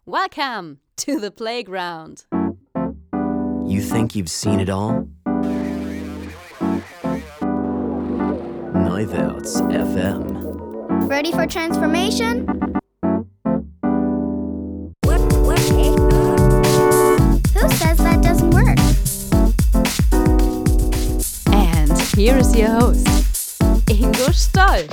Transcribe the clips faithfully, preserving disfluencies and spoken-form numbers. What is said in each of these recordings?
Welcome to the playground. You think you've seen it all? Neuwärts F M. Ready for transformation? Who says that doesn't work? And here is your host, Ingo Stoll.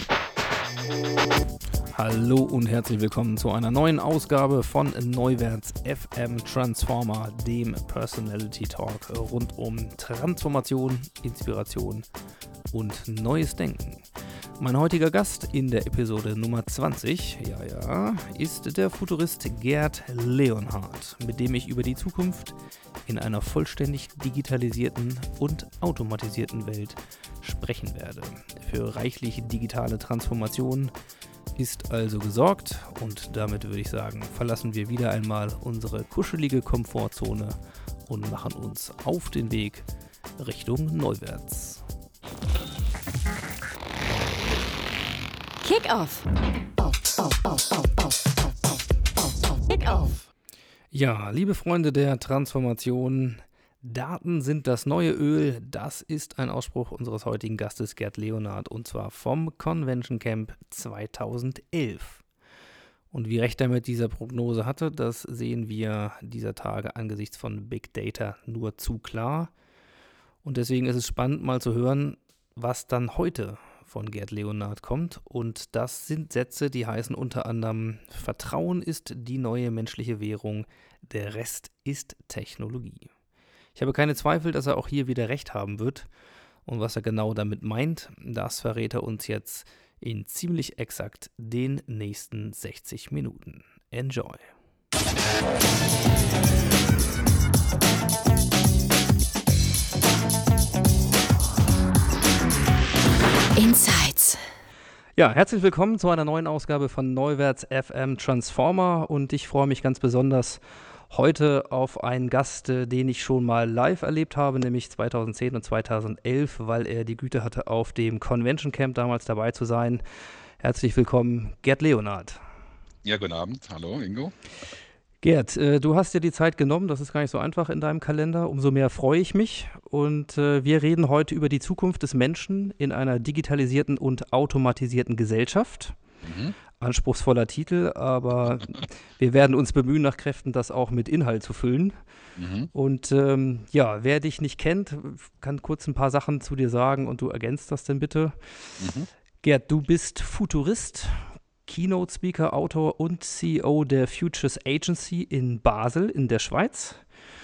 Hallo und herzlich willkommen zu einer neuen Ausgabe von Neuwärts F M Transformer, dem Personality Talk rund um Transformation, Inspiration und neues Denken. Mein heutiger Gast in der Episode Nummer zwanzig, ja ja, ist der Futurist Gerd Leonhard, mit dem ich über die Zukunft in einer vollständig digitalisierten und automatisierten Welt sprechen werde. Für reichlich digitale Transformation ist also gesorgt und damit würde ich sagen, verlassen wir wieder einmal unsere kuschelige Komfortzone und machen uns auf den Weg Richtung Neuwärts. Kick-Off. Kick-Off. Ja, liebe Freunde der Transformation, Daten sind das neue Öl, das ist ein Ausspruch unseres heutigen Gastes Gerd Leonhard und zwar vom Convention Camp zweitausendelf. Und wie recht er mit dieser Prognose hatte, das sehen wir dieser Tage angesichts von Big Data nur zu klar. Und deswegen ist es spannend mal zu hören, was dann heute von Gerd Leonhard kommt. Und das sind Sätze, die heißen unter anderem: Vertrauen ist die neue menschliche Währung, der Rest ist Technologie. Ich habe keine Zweifel, dass er auch hier wieder recht haben wird. Und was er genau damit meint, das verrät er uns jetzt in ziemlich exakt den nächsten sechzig Minuten. Enjoy! Insights. Ja, herzlich willkommen zu einer neuen Ausgabe von Neuwärts F M Transformer und ich freue mich ganz besonders heute auf einen Gast, den ich schon mal live erlebt habe, nämlich zweitausendzehn und zweitausendelf, weil er die Güte hatte, auf dem Convention Camp damals dabei zu sein. Herzlich willkommen, Gerd Leonhard. Ja, guten Abend. Hallo, Ingo. Gerd, äh, du hast dir die Zeit genommen, das ist gar nicht so einfach in deinem Kalender, umso mehr freue ich mich. Und äh, wir reden heute über die Zukunft des Menschen in einer digitalisierten und automatisierten Gesellschaft. Mhm. Anspruchsvoller Titel, aber wir werden uns bemühen, nach Kräften das auch mit Inhalt zu füllen. Mhm. Und ähm, ja, wer dich nicht kennt, kann kurz ein paar Sachen zu dir sagen und du ergänzt das dann bitte. Mhm. Gerd, du bist Futurist, Keynote-Speaker, Autor und C E O der Futures Agency in Basel in der Schweiz.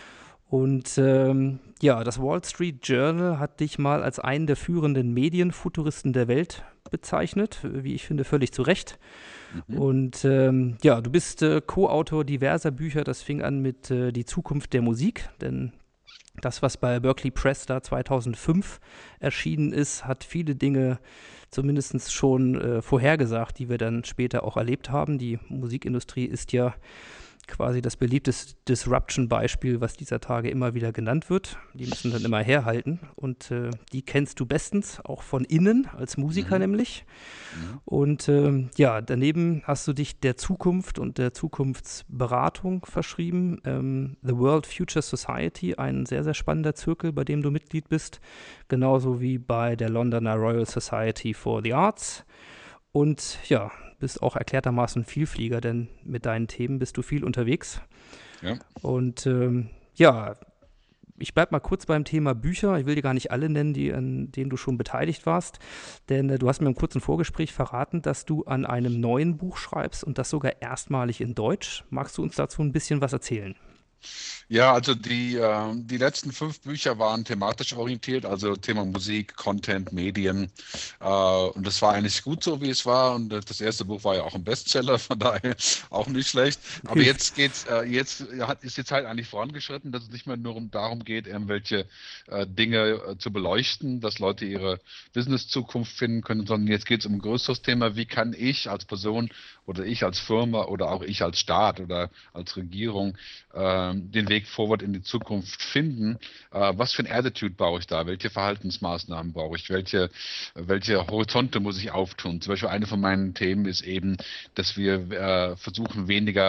Und ähm, ja, das Wall Street Journal hat dich mal als einen der führenden Medienfuturisten der Welt bezeichnet, wie ich finde, völlig zu Recht. Mhm. Und ähm, ja, du bist äh, Co-Autor diverser Bücher, das fing an mit äh, Die Zukunft der Musik, denn das, was bei Berkeley Press da zweitausendfünf erschienen ist, hat viele Dinge zumindest schon äh, vorhergesagt, die wir dann später auch erlebt haben. Die Musikindustrie ist ja quasi das beliebteste Disruption-Beispiel, was dieser Tage immer wieder genannt wird. Die müssen dann immer herhalten und äh, die kennst du bestens, auch von innen, als Musiker mhm. nämlich. Mhm. Und äh, ja, daneben hast du dich der Zukunft und der Zukunftsberatung verschrieben. Ähm, The World Future Society, ein sehr, sehr spannender Zirkel, bei dem du Mitglied bist, genauso wie bei der Londoner Royal Society for the Arts. Und ja, bist auch erklärtermaßen Vielflieger, denn mit deinen Themen bist du viel unterwegs. Ja. Und ähm, ja, ich bleibe mal kurz beim Thema Bücher. Ich will dir gar nicht alle nennen, die, an denen du schon beteiligt warst, denn äh, du hast mir im kurzen Vorgespräch verraten, dass du an einem neuen Buch schreibst und das sogar erstmalig in Deutsch. Magst du uns dazu ein bisschen was erzählen? Ja, also die, äh, die letzten fünf Bücher waren thematisch orientiert, also Thema Musik, Content, Medien. Äh, und das war eigentlich gut so, wie es war. Und das erste Buch war ja auch ein Bestseller, von daher auch nicht schlecht. Aber jetzt geht's, äh, jetzt hat, ist die Zeit eigentlich vorangeschritten, dass es nicht mehr nur um, darum geht, irgendwelche äh, Dinge äh, zu beleuchten, dass Leute ihre Business-Zukunft finden können, sondern jetzt geht es um ein größeres Thema. Wie kann ich als Person oder ich als Firma oder auch ich als Staat oder als Regierung äh, den Weg forward in die Zukunft finden? Äh, was für ein Attitude baue ich da? Welche Verhaltensmaßnahmen brauche ich? Welche, welche Horizonte muss ich auftun? Zum Beispiel eine von meinen Themen ist eben, dass wir äh, versuchen, weniger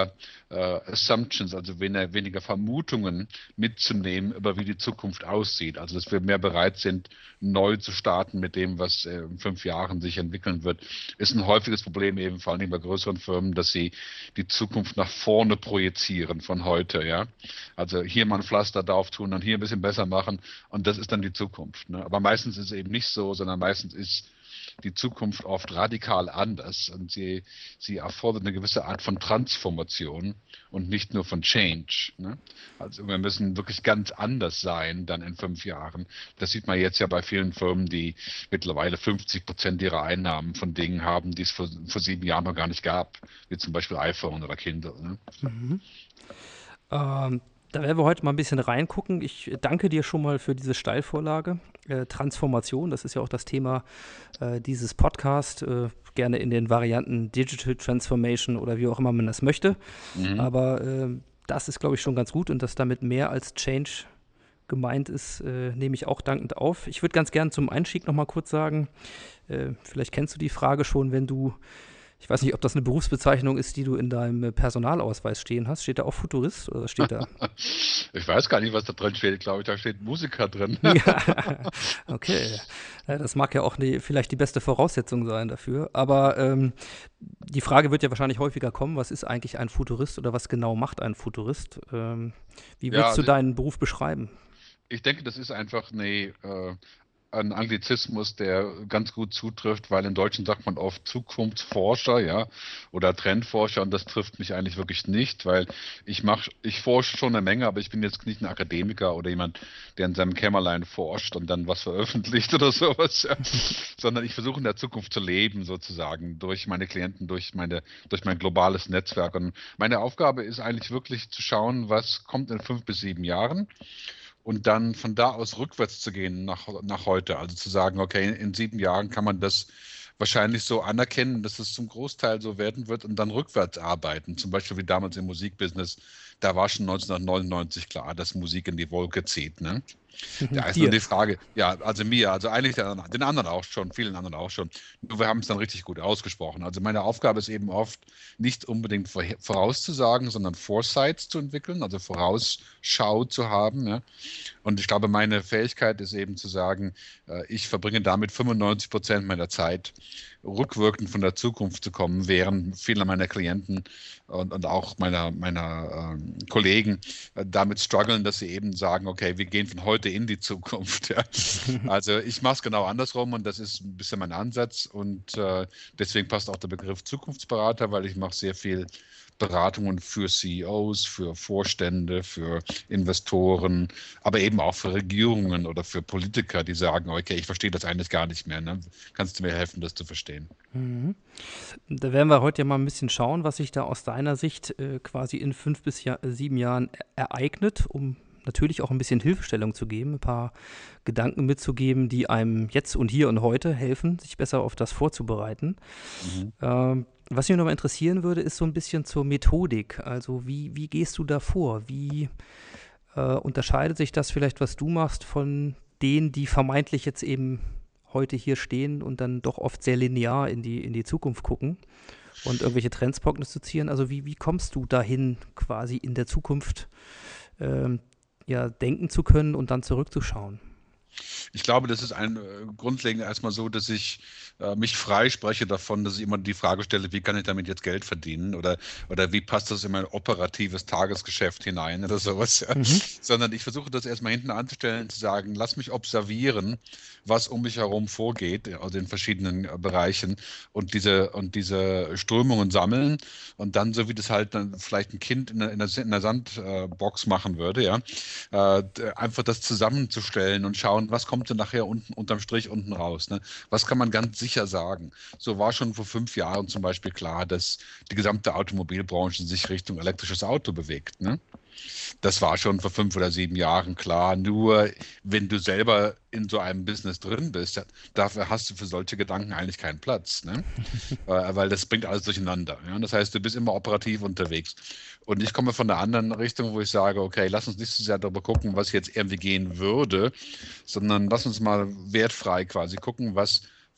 äh, Assumptions, also weniger, weniger Vermutungen mitzunehmen, über wie die Zukunft aussieht. Also dass wir mehr bereit sind, neu zu starten mit dem, was äh, in fünf Jahren sich entwickeln wird, ist ein häufiges Problem eben vor allem bei größeren Firmen, dass sie die Zukunft nach vorne projizieren von heute. Ja, also hier mal ein Pflaster drauf tun, dann hier ein bisschen besser machen und das ist dann die Zukunft. Ne? Aber meistens ist es eben nicht so, sondern meistens ist die Zukunft oft radikal anders und sie, sie erfordert eine gewisse Art von Transformation und nicht nur von Change. Ne? Also wir müssen wirklich ganz anders sein dann in fünf Jahren. Das sieht man jetzt ja bei vielen Firmen, die mittlerweile fünfzig Prozent ihrer Einnahmen von Dingen haben, die es vor, vor sieben Jahren noch gar nicht gab, wie zum Beispiel iPhone oder Kindle. Ne? Mhm. Ähm, da werden wir heute mal ein bisschen reingucken. Ich danke dir schon mal für diese Steilvorlage. Äh, Transformation, das ist ja auch das Thema äh, dieses Podcasts. Äh, gerne in den Varianten Digital Transformation oder wie auch immer man das möchte. Mhm. Aber äh, das ist, glaube ich, schon ganz gut und dass damit mehr als Change gemeint ist, äh, nehme ich auch dankend auf. Ich würde ganz gerne zum Einstieg noch mal kurz sagen, äh, vielleicht kennst du die Frage schon, wenn du Ich weiß nicht, ob das eine Berufsbezeichnung ist, die du in deinem Personalausweis stehen hast. Steht da auch Futurist oder was steht da? Ich weiß gar nicht, was da drin steht. Glaube ich, da steht Musiker drin. Ja, okay. Ja, das mag ja auch die, vielleicht die beste Voraussetzung sein dafür. Aber ähm, die Frage wird ja wahrscheinlich häufiger kommen, was ist eigentlich ein Futurist oder was genau macht ein Futurist? Ähm, wie würdest ja, also du deinen Beruf beschreiben? Ich denke, das ist einfach eine... Äh, ein Anglizismus, der ganz gut zutrifft, weil im Deutschen sagt man oft Zukunftsforscher, ja, oder Trendforscher und das trifft mich eigentlich wirklich nicht, weil ich mache, ich forsche schon eine Menge, aber ich bin jetzt nicht ein Akademiker oder jemand, der in seinem Kämmerlein forscht und dann was veröffentlicht oder sowas, ja, sondern ich versuche in der Zukunft zu leben sozusagen durch meine Klienten, durch meine, durch mein globales Netzwerk und meine Aufgabe ist eigentlich wirklich zu schauen, was kommt in fünf bis sieben Jahren. Und dann von da aus rückwärts zu gehen nach, nach heute. Also zu sagen, okay, in sieben Jahren kann man das wahrscheinlich so anerkennen, dass es zum Großteil so werden wird und dann rückwärts arbeiten. Zum Beispiel wie damals im Musikbusiness. Da war schon neunzehnhundertneunundneunzig klar, dass Musik in die Wolke zieht. Ne? Da ist nur die Frage, ja, also mir, also eigentlich den anderen auch schon, vielen anderen auch schon. Nur wir haben es dann richtig gut ausgesprochen. Also meine Aufgabe ist eben oft, nicht unbedingt vorauszusagen, sondern Foresights zu entwickeln, also Vorausschau zu haben. Ja? Und ich glaube, meine Fähigkeit ist eben zu sagen, ich verbringe damit fünfundneunzig Prozent meiner Zeit, rückwirkend von der Zukunft zu kommen, während viele meiner Klienten und, und auch meiner, meiner ähm, Kollegen äh, damit strugglen, dass sie eben sagen, okay, wir gehen von heute in die Zukunft. Ja. Also ich mache es genau andersrum und das ist ein bisschen mein Ansatz und äh, deswegen passt auch der Begriff Zukunftsberater, weil ich mache sehr viel Beratungen für C E Os, für Vorstände, für Investoren, aber eben auch für Regierungen oder für Politiker, die sagen, okay, ich verstehe das eigentlich gar nicht mehr. Ne? Kannst du mir helfen, das zu verstehen? Mhm. Da werden wir heute ja mal ein bisschen schauen, was sich da aus deiner Sicht äh, quasi in fünf bis ja, sieben Jahren ereignet, um natürlich auch ein bisschen Hilfestellung zu geben, ein paar Gedanken mitzugeben, die einem jetzt und hier und heute helfen, sich besser auf das vorzubereiten. Mhm. Ähm, Was mich nochmal interessieren würde, ist so ein bisschen zur Methodik. Also wie, wie gehst du da vor? Wie äh, unterscheidet sich das vielleicht, was du machst, von denen, die vermeintlich jetzt eben heute hier stehen und dann doch oft sehr linear in die, in die Zukunft gucken und irgendwelche Trends prognostizieren? Also wie, wie kommst du dahin, quasi in der Zukunft ähm, ja, denken zu können und dann zurückzuschauen? Ich glaube, das ist ein äh, grundlegend erstmal so, dass ich äh, mich freispreche davon, dass ich immer die Frage stelle, wie kann ich damit jetzt Geld verdienen oder, oder wie passt das in mein operatives Tagesgeschäft hinein oder sowas. Ja? Mhm. Sondern ich versuche das erstmal hinten anzustellen, zu sagen, lass mich observieren, was um mich herum vorgeht, also in verschiedenen äh, Bereichen und diese, und diese Strömungen sammeln und dann, so wie das halt dann vielleicht ein Kind in einer, in einer Sandbox äh, machen würde, ja, äh, einfach das zusammenzustellen und schauen, was kommt denn nachher unten unterm Strich unten raus? Ne? Was kann man ganz sicher sagen? So war schon vor fünf Jahren zum Beispiel klar, dass die gesamte Automobilbranche sich Richtung elektrisches Auto bewegt. Ne? Das war schon vor fünf oder sieben Jahren klar. Nur wenn du selber in so einem Business drin bist, dafür hast du für solche Gedanken eigentlich keinen Platz. Ne? Weil das bringt alles durcheinander. Ja? Das heißt, du bist immer operativ unterwegs. Und ich komme von der anderen Richtung, wo ich sage, okay, lass uns nicht so sehr darüber gucken, was jetzt irgendwie gehen würde, sondern lass uns mal wertfrei quasi gucken, was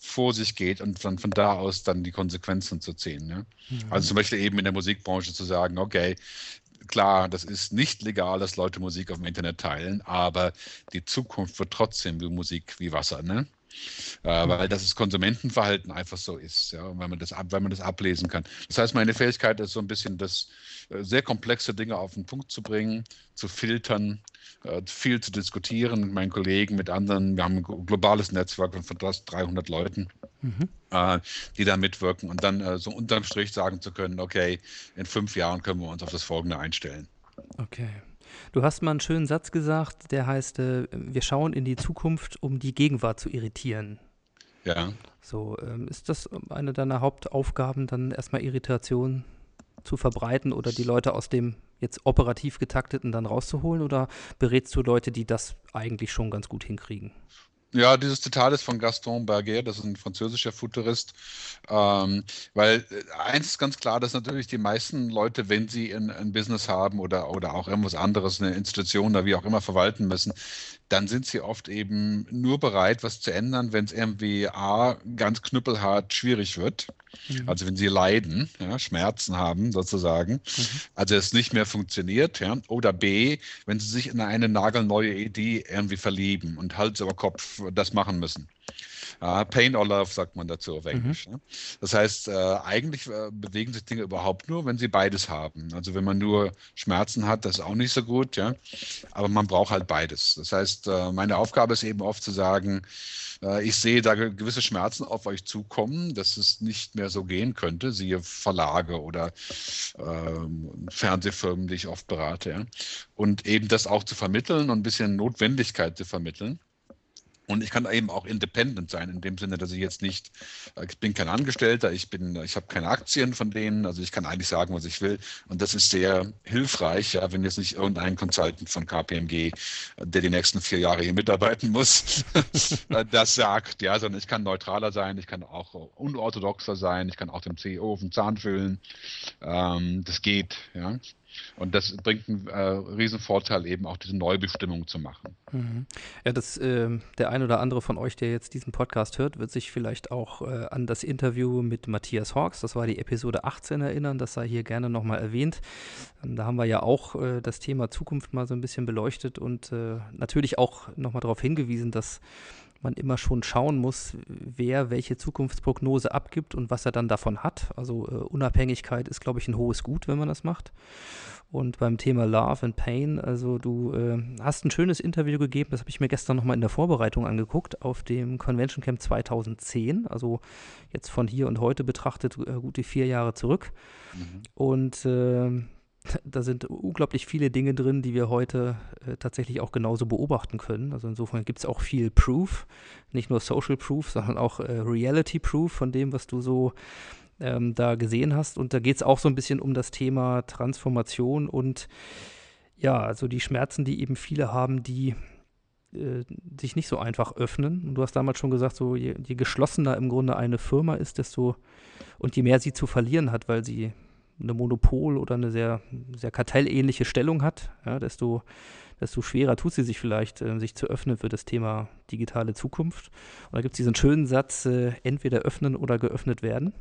vor sich geht und dann von da aus dann die Konsequenzen zu ziehen. Ja? Mhm. Also zum Beispiel eben in der Musikbranche zu sagen, okay, klar, das ist nicht legal, dass Leute Musik auf dem Internet teilen, aber die Zukunft wird trotzdem wie Musik wie Wasser, ne? Äh, weil das Konsumentenverhalten einfach so ist, ja, und wenn man das ab, wenn man das ablesen kann. Das heißt, meine Fähigkeit ist so ein bisschen, das äh, sehr komplexe Dinge auf den Punkt zu bringen, zu filtern, äh, viel zu diskutieren mit meinen Kollegen, mit anderen. Wir haben ein globales Netzwerk von fast dreihundert Leuten, mhm. äh, die da mitwirken und dann äh, so unterm Strich sagen zu können, okay, in fünf Jahren können wir uns auf das Folgende einstellen. Okay. Du hast mal einen schönen Satz gesagt, der heißt, äh, wir schauen in die Zukunft, um die Gegenwart zu irritieren. Ja. So, ähm, ist das eine deiner Hauptaufgaben, dann erstmal Irritation zu verbreiten oder die Leute aus dem jetzt operativ getakteten dann rauszuholen, oder berätst du Leute, die das eigentlich schon ganz gut hinkriegen? Ja, dieses Zitat ist von Gaston Berger, das ist ein französischer Futurist, ähm, weil eins ist ganz klar, dass natürlich die meisten Leute, wenn sie ein, ein Business haben oder, oder auch irgendwas anderes, eine Institution oder wie auch immer verwalten müssen, dann sind sie oft eben nur bereit, was zu ändern, wenn es irgendwie A, ganz knüppelhart schwierig wird. Mhm. Also wenn sie leiden, ja, Schmerzen haben sozusagen, mhm. also es nicht mehr funktioniert, ja, oder B, wenn sie sich in eine nagelneue Idee irgendwie verlieben und Hals über Kopf das machen müssen. Uh, Pain or Love sagt man dazu auf Englisch. Mhm. Ne? Das heißt, äh, eigentlich äh, bewegen sich Dinge überhaupt nur, wenn sie beides haben. Also wenn man nur Schmerzen hat, das ist auch nicht so gut, ja. Aber man braucht halt beides. Das heißt, äh, meine Aufgabe ist eben oft zu sagen, äh, ich sehe da gewisse Schmerzen auf euch zukommen, dass es nicht mehr so gehen könnte, siehe Verlage oder äh, Fernsehfirmen, die ich oft berate. Ja? Und eben das auch zu vermitteln und ein bisschen Notwendigkeit zu vermitteln. Und ich kann eben auch independent sein, in dem Sinne, dass ich jetzt nicht, ich bin kein Angestellter, ich bin, ich habe keine Aktien von denen, also ich kann eigentlich sagen, was ich will. Und das ist sehr hilfreich, ja, wenn jetzt nicht irgendein Consultant von K P M G, der die nächsten vier Jahre hier mitarbeiten muss, das sagt, ja, sondern ich kann neutraler sein, ich kann auch unorthodoxer sein, ich kann auch dem C E O auf den Zahn füllen. Ähm, das geht, ja. Und das bringt einen äh, riesen Vorteil, eben auch diese Neubestimmung zu machen. Mhm. Ja, das, äh, der ein oder andere von euch, der jetzt diesen Podcast hört, wird sich vielleicht auch äh, an das Interview mit Matthias Hawkes, das war die Episode achtzehn, erinnern, das sei hier gerne nochmal erwähnt. Ähm, da haben wir ja auch äh, das Thema Zukunft mal so ein bisschen beleuchtet und äh, natürlich auch nochmal darauf hingewiesen, dass man immer schon schauen muss, wer welche Zukunftsprognose abgibt und was er dann davon hat. Also äh, Unabhängigkeit ist, glaube ich, ein hohes Gut, wenn man das macht. Und beim Thema Love and Pain, also du äh, hast ein schönes Interview gegeben, das habe ich mir gestern nochmal in der Vorbereitung angeguckt, auf dem Convention Camp zweitausendzehn, also jetzt von hier und heute betrachtet äh, gute vier Jahre zurück. Mhm. Und äh, da sind unglaublich viele Dinge drin, die wir heute äh, tatsächlich auch genauso beobachten können. Also insofern gibt es auch viel Proof, nicht nur Social Proof, sondern auch äh, Reality Proof von dem, was du so ähm, da gesehen hast. Und da geht es auch so ein bisschen um das Thema Transformation und ja, also die Schmerzen, die eben viele haben, die äh, sich nicht so einfach öffnen. Und du hast damals schon gesagt, so je, je geschlossener im Grunde eine Firma ist, desto und je mehr sie zu verlieren hat, weil sie eine Monopol- oder eine sehr, sehr kartellähnliche Stellung hat, ja, desto, desto schwerer tut sie sich vielleicht, äh, sich zu öffnen für das Thema digitale Zukunft. Und da gibt es diesen schönen Satz, äh, entweder öffnen oder geöffnet werden.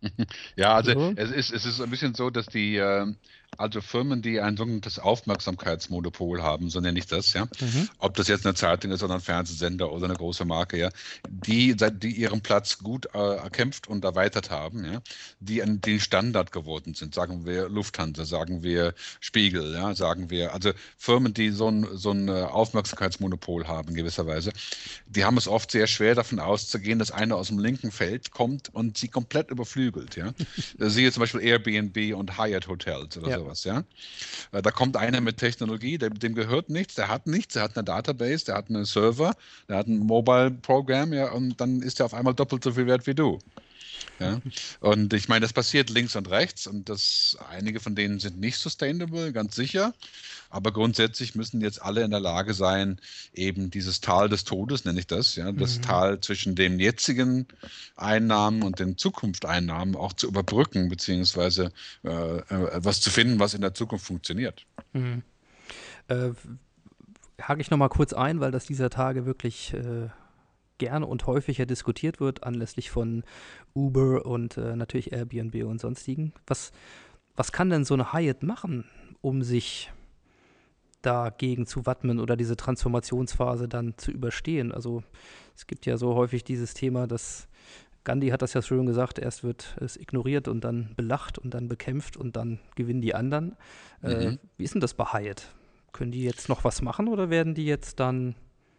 Ja, also so. es ist, es ist ein bisschen so, dass die, äh, also Firmen, die ein sogenanntes Aufmerksamkeitsmonopol haben, so nenne ich das, ja, mhm. ob das jetzt eine Zeitung ist oder ein Fernsehsender oder eine große Marke, ja, die, die ihren Platz gut äh, erkämpft und erweitert haben, ja, die an den Standard geworden sind, sagen wir Lufthansa, sagen wir Spiegel, ja, sagen wir, also Firmen, die so ein, so ein Aufmerksamkeitsmonopol haben in gewisser Weise, die haben es oft sehr schwer davon auszugehen, dass einer aus dem linken Feld kommt und sie komplett überflügelt, ja. Siehe zum Beispiel Airbnb und Hyatt Hotels oder ja. sowas, ja. Da kommt einer mit Technologie, dem, dem gehört nichts, der hat nichts, der hat eine Database, der hat einen Server, der hat ein Mobile-Programm, ja, und dann ist er auf einmal doppelt so viel wert wie du. Ja? Und ich meine, das passiert links und rechts und das, einige von denen sind nicht sustainable, ganz sicher. Aber grundsätzlich müssen jetzt alle in der Lage sein, eben dieses Tal des Todes, nenne ich das, ja, das mhm. Tal zwischen den jetzigen Einnahmen und den Zukunftseinnahmen auch zu überbrücken, beziehungsweise äh, was zu finden, was in der Zukunft funktioniert. Mhm. Äh, hake ich nochmal kurz ein, weil das dieser Tage wirklich äh, gerne und häufiger diskutiert wird, anlässlich von Uber und äh, natürlich Airbnb und sonstigen. Was, was kann denn so eine Hyatt machen, um sich dagegen zu wappnen oder diese Transformationsphase dann zu überstehen? Also es gibt ja so häufig dieses Thema, dass Gandhi hat das ja schön gesagt, erst wird es ignoriert und dann belacht und dann bekämpft und dann gewinnen die anderen. Mhm. Äh, wie ist denn das bei Hyatt? Können die jetzt noch was machen oder werden die jetzt dann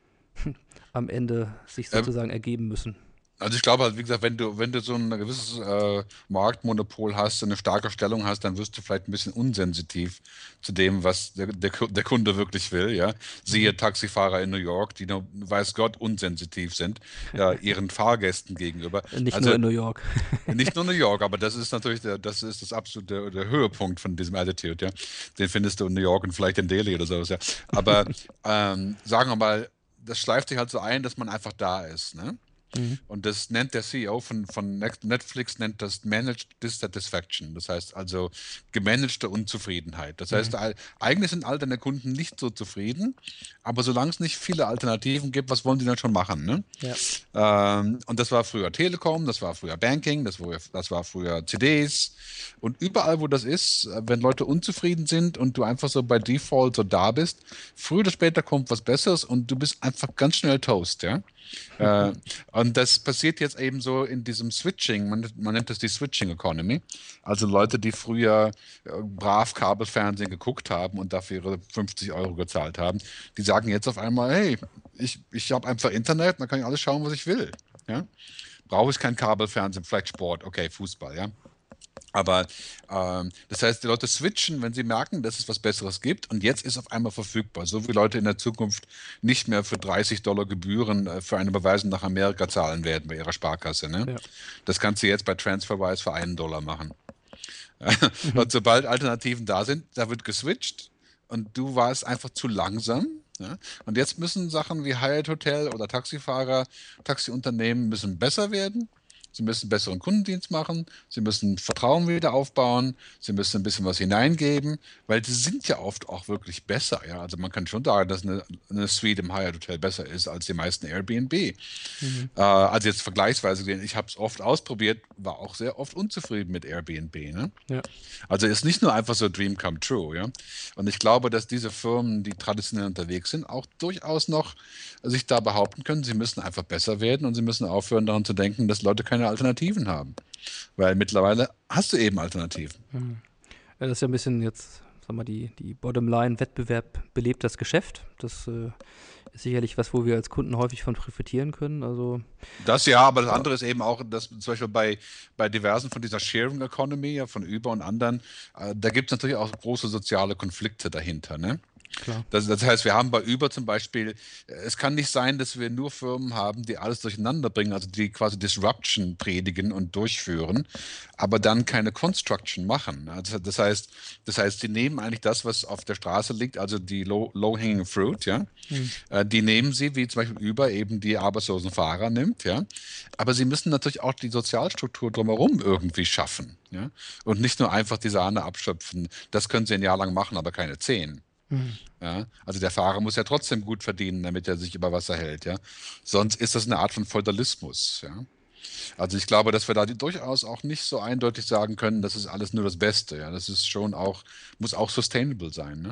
am Ende sich sozusagen ähm, ergeben müssen? Also ich glaube halt, wie gesagt, wenn du, wenn du so ein gewisses äh, Marktmonopol hast, eine starke Stellung hast, dann wirst du vielleicht ein bisschen unsensitiv zu dem, was der, der, der Kunde wirklich will, ja. Siehe Taxifahrer in New York, die nur, weiß Gott, unsensitiv sind, ja, ihren Fahrgästen gegenüber. Nicht also, nur in New York. Nicht nur New York, aber das ist natürlich der, das ist das absolute der Höhepunkt von diesem Attitude, ja. Den findest du in New York und vielleicht in Delhi oder sowas, ja. Aber ähm, sagen wir mal, das schleift sich halt so ein, dass man einfach da ist, ne? Mhm. Und das nennt der C E O von, von Netflix, nennt das Managed Dissatisfaction. Das heißt also gemanagte Unzufriedenheit. Das heißt, mhm. eigentlich sind all deine Kunden nicht so zufrieden, aber solange es nicht viele Alternativen gibt, was wollen die dann schon machen? Ne? Ja. Ähm, und das war früher Telekom, das war früher Banking, das war, das war früher C Ds. Und überall, wo das ist, wenn Leute unzufrieden sind und du einfach so bei Default so da bist, früher oder später kommt was Besseres und du bist einfach ganz schnell Toast, ja. äh, und das passiert jetzt eben so in diesem Switching, man, man nennt das die Switching Economy, also Leute, die früher äh, brav Kabelfernsehen geguckt haben und dafür ihre fünfzig Euro gezahlt haben, die sagen jetzt auf einmal, hey, ich, ich habe einfach Internet, dann kann ich alles schauen, was ich will, ja? Brauche ich kein Kabelfernsehen, vielleicht Sport, okay, Fußball, ja. Aber ähm, das heißt, die Leute switchen, wenn sie merken, dass es was Besseres gibt und jetzt ist auf einmal verfügbar. So wie Leute in der Zukunft nicht mehr für dreißig Dollar Gebühren äh, für eine Überweisung nach Amerika zahlen werden bei ihrer Sparkasse. Ne? Ja. Das kannst du jetzt bei TransferWise für einen Dollar machen. Mhm. Und sobald Alternativen da sind, da wird geswitcht und du warst einfach zu langsam. Ja? Und jetzt müssen Sachen wie Hyatt Hotel oder Taxifahrer, Taxiunternehmen müssen besser werden. Sie müssen besseren Kundendienst machen, sie müssen Vertrauen wieder aufbauen, sie müssen ein bisschen was hineingeben, weil die sind ja oft auch wirklich besser. Ja? Also man kann schon sagen, dass eine, eine Suite im Hyatt Hotel besser ist als die meisten Airbnb. Mhm. Äh, also jetzt vergleichsweise gesehen, ich habe es oft ausprobiert, war auch sehr oft unzufrieden mit Airbnb. Ne? Ja. Also ist nicht nur einfach so Dream come true. Ja? Und ich glaube, dass diese Firmen, die traditionell unterwegs sind, auch durchaus noch sich da behaupten können, sie müssen einfach besser werden und sie müssen aufhören daran zu denken, dass Leute keine Alternativen haben. Weil mittlerweile hast du eben Alternativen. Hm. Ja, das ist ja ein bisschen jetzt, sag mal, die, die Bottomline, Wettbewerb belebt das Geschäft. Das äh, ist sicherlich was, wo wir als Kunden häufig von profitieren können. Also das ja, aber das andere ist eben auch, dass zum Beispiel bei, bei diversen von dieser Sharing Economy, ja, von Uber und anderen, äh, da gibt es natürlich auch große soziale Konflikte dahinter, ne? Klar. Das, das heißt, wir haben bei Uber zum Beispiel, es kann nicht sein, dass wir nur Firmen haben, die alles durcheinander bringen, also die quasi Disruption predigen und durchführen, aber dann keine Construction machen. Also das heißt, das heißt, die nehmen eigentlich das, was auf der Straße liegt, also die low, low-hanging fruit, ja, hm. äh, die nehmen sie, wie zum Beispiel Uber eben die arbeitslosen Fahrer nimmt, ja, aber sie müssen natürlich auch die Sozialstruktur drumherum irgendwie schaffen, ja, und nicht nur einfach die Sahne abschöpfen. Das können sie ein Jahr lang machen, aber keine zehn. Mhm. Ja, also der Fahrer muss ja trotzdem gut verdienen, damit er sich über Wasser hält. Ja? Sonst ist das eine Art von Feudalismus. Ja? Also ich glaube, dass wir da durchaus auch nicht so eindeutig sagen können, das ist alles nur das Beste. Ja? Das ist schon auch, muss auch sustainable sein.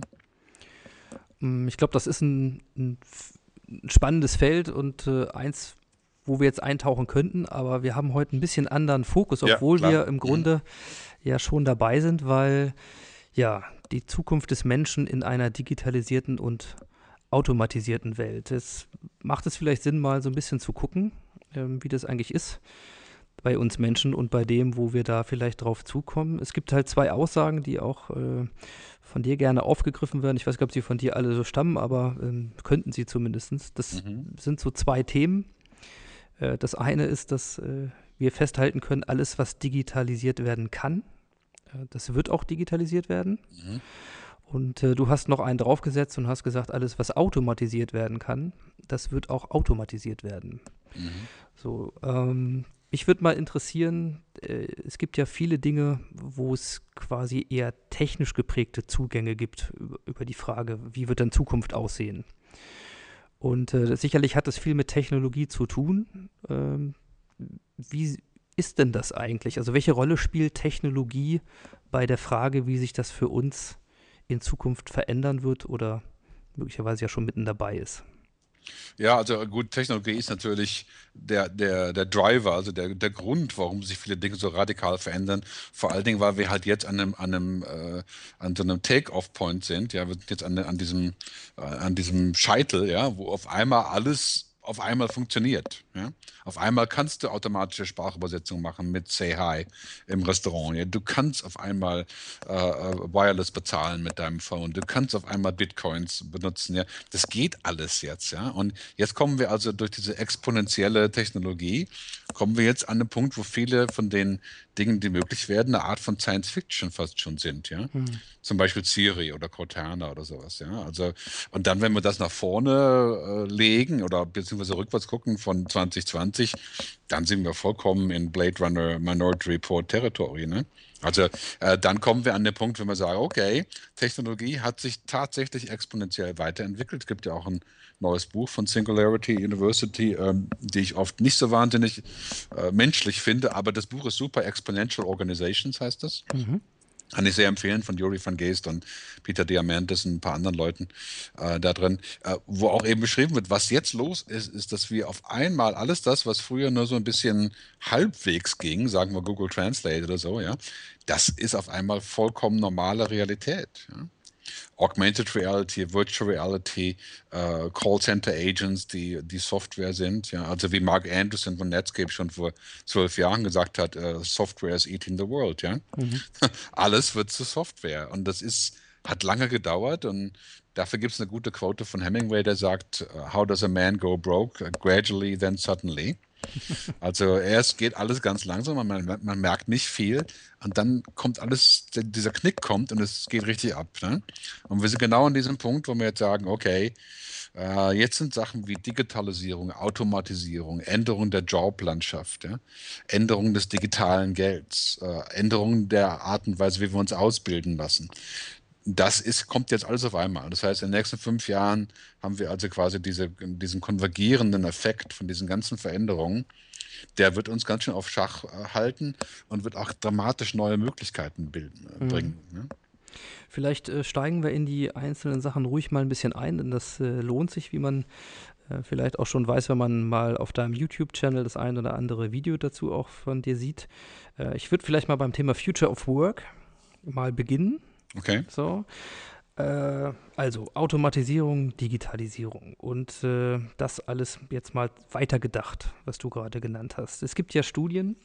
Ne? Ich glaube, das ist ein, ein spannendes Feld und äh, eins, wo wir jetzt eintauchen könnten, aber wir haben heute ein bisschen anderen Fokus, obwohl ja, wir im Grunde mhm. ja schon dabei sind, weil ja, die Zukunft des Menschen in einer digitalisierten und automatisierten Welt. Es macht es vielleicht Sinn, mal so ein bisschen zu gucken, ähm, wie das eigentlich ist bei uns Menschen und bei dem, wo wir da vielleicht drauf zukommen. Es gibt halt zwei Aussagen, die auch äh, von dir gerne aufgegriffen werden. Ich weiß nicht, ob sie von dir alle so stammen, aber ähm, könnten sie zumindest. Das mhm. sind so zwei Themen. Äh, das eine ist, dass äh, wir festhalten können, alles, was digitalisiert werden kann, das wird auch digitalisiert werden. Mhm. Und äh, du hast noch einen draufgesetzt und hast gesagt, alles, was automatisiert werden kann, das wird auch automatisiert werden. Mhm. So, ähm, mich würde mal interessieren, äh, es gibt ja viele Dinge, wo es quasi eher technisch geprägte Zugänge gibt über, über die Frage, wie wird dann Zukunft aussehen? Und äh, sicherlich hat es viel mit Technologie zu tun. Ähm, wie ist denn das eigentlich? Also welche Rolle spielt Technologie bei der Frage, wie sich das für uns in Zukunft verändern wird oder möglicherweise ja schon mitten dabei ist? Ja, also gut, Technologie ist natürlich der, der, der Driver, also der, der Grund, warum sich viele Dinge so radikal verändern. Vor allen Dingen, weil wir halt jetzt an einem, an einem, äh, an so einem Take-off-Point sind. Ja, wir sind jetzt an, an diesem, äh, an diesem Scheitel, ja, wo auf einmal alles auf einmal funktioniert. Ja? Auf einmal kannst du automatische Sprachübersetzung machen mit Say Hi im Restaurant. Ja? Du kannst auf einmal äh, Wireless bezahlen mit deinem Phone. Du kannst auf einmal Bitcoins benutzen. Ja? Das geht alles jetzt. Ja? Und jetzt kommen wir also durch diese exponentielle Technologie, kommen wir jetzt an den Punkt, wo viele von den Dingen, die möglich werden, eine Art von Science Fiction fast schon sind. Ja? Hm. Zum Beispiel Siri oder Cortana oder sowas. Ja? Also, und dann, wenn wir das nach vorne äh, legen oder beziehungsweise rückwärts gucken von zwanzig zwanzig, dann sind wir vollkommen in Blade Runner Minority Report Territory. Ne? Also äh, dann kommen wir an den Punkt, wenn wir sagen, okay, Technologie hat sich tatsächlich exponentiell weiterentwickelt. Es gibt ja auch ein neues Buch von Singularity University, ähm, die ich oft nicht so wahnsinnig äh, menschlich finde, aber das Buch ist super, Exponential Organizations heißt das. Mhm. Kann ich sehr empfehlen, von Juri van Geest und Peter Diamandis und ein paar anderen Leuten äh, da drin, äh, wo auch eben beschrieben wird, was jetzt los ist, ist, dass wir auf einmal alles das, was früher nur so ein bisschen halbwegs ging, sagen wir Google Translate oder so, ja, das ist auf einmal vollkommen normale Realität. Ja. Augmented Reality, Virtual Reality, äh, Callcenter Agents, die die Software sind, ja, also wie Mark Anderson von Netscape schon vor zwölf Jahren gesagt hat, uh, Software is eating the world, ja. Mhm. Alles wird zu Software und das ist, hat lange gedauert und dafür gibt es eine gute Quote von Hemingway, der sagt, how does a man go broke? Gradually, then suddenly. Also erst geht alles ganz langsam, man, man merkt nicht viel und dann kommt alles, dieser Knick kommt und es geht richtig ab. Ne? Und wir sind genau an diesem Punkt, wo wir jetzt sagen, okay, äh, jetzt sind Sachen wie Digitalisierung, Automatisierung, Änderung der Joblandschaft, ja? Änderung des digitalen Gelds, äh, Änderung der Art und Weise, wie wir uns ausbilden lassen. Das ist, kommt jetzt alles auf einmal. Das heißt, in den nächsten fünf Jahren haben wir also quasi diese, diesen konvergierenden Effekt von diesen ganzen Veränderungen. Der wird uns ganz schön auf Schach halten und wird auch dramatisch neue Möglichkeiten bilden, äh, bringen. Mhm. Ne? Vielleicht äh, steigen wir in die einzelnen Sachen ruhig mal ein bisschen ein, denn das äh, lohnt sich, wie man äh, vielleicht auch schon weiß, wenn man mal auf deinem YouTube-Channel das ein oder andere Video dazu auch von dir sieht. Äh, ich würde vielleicht mal beim Thema Future of Work mal beginnen. Okay. So, äh, also Automatisierung, Digitalisierung und äh, das alles jetzt mal weitergedacht, was du gerade genannt hast. Es gibt ja Studien,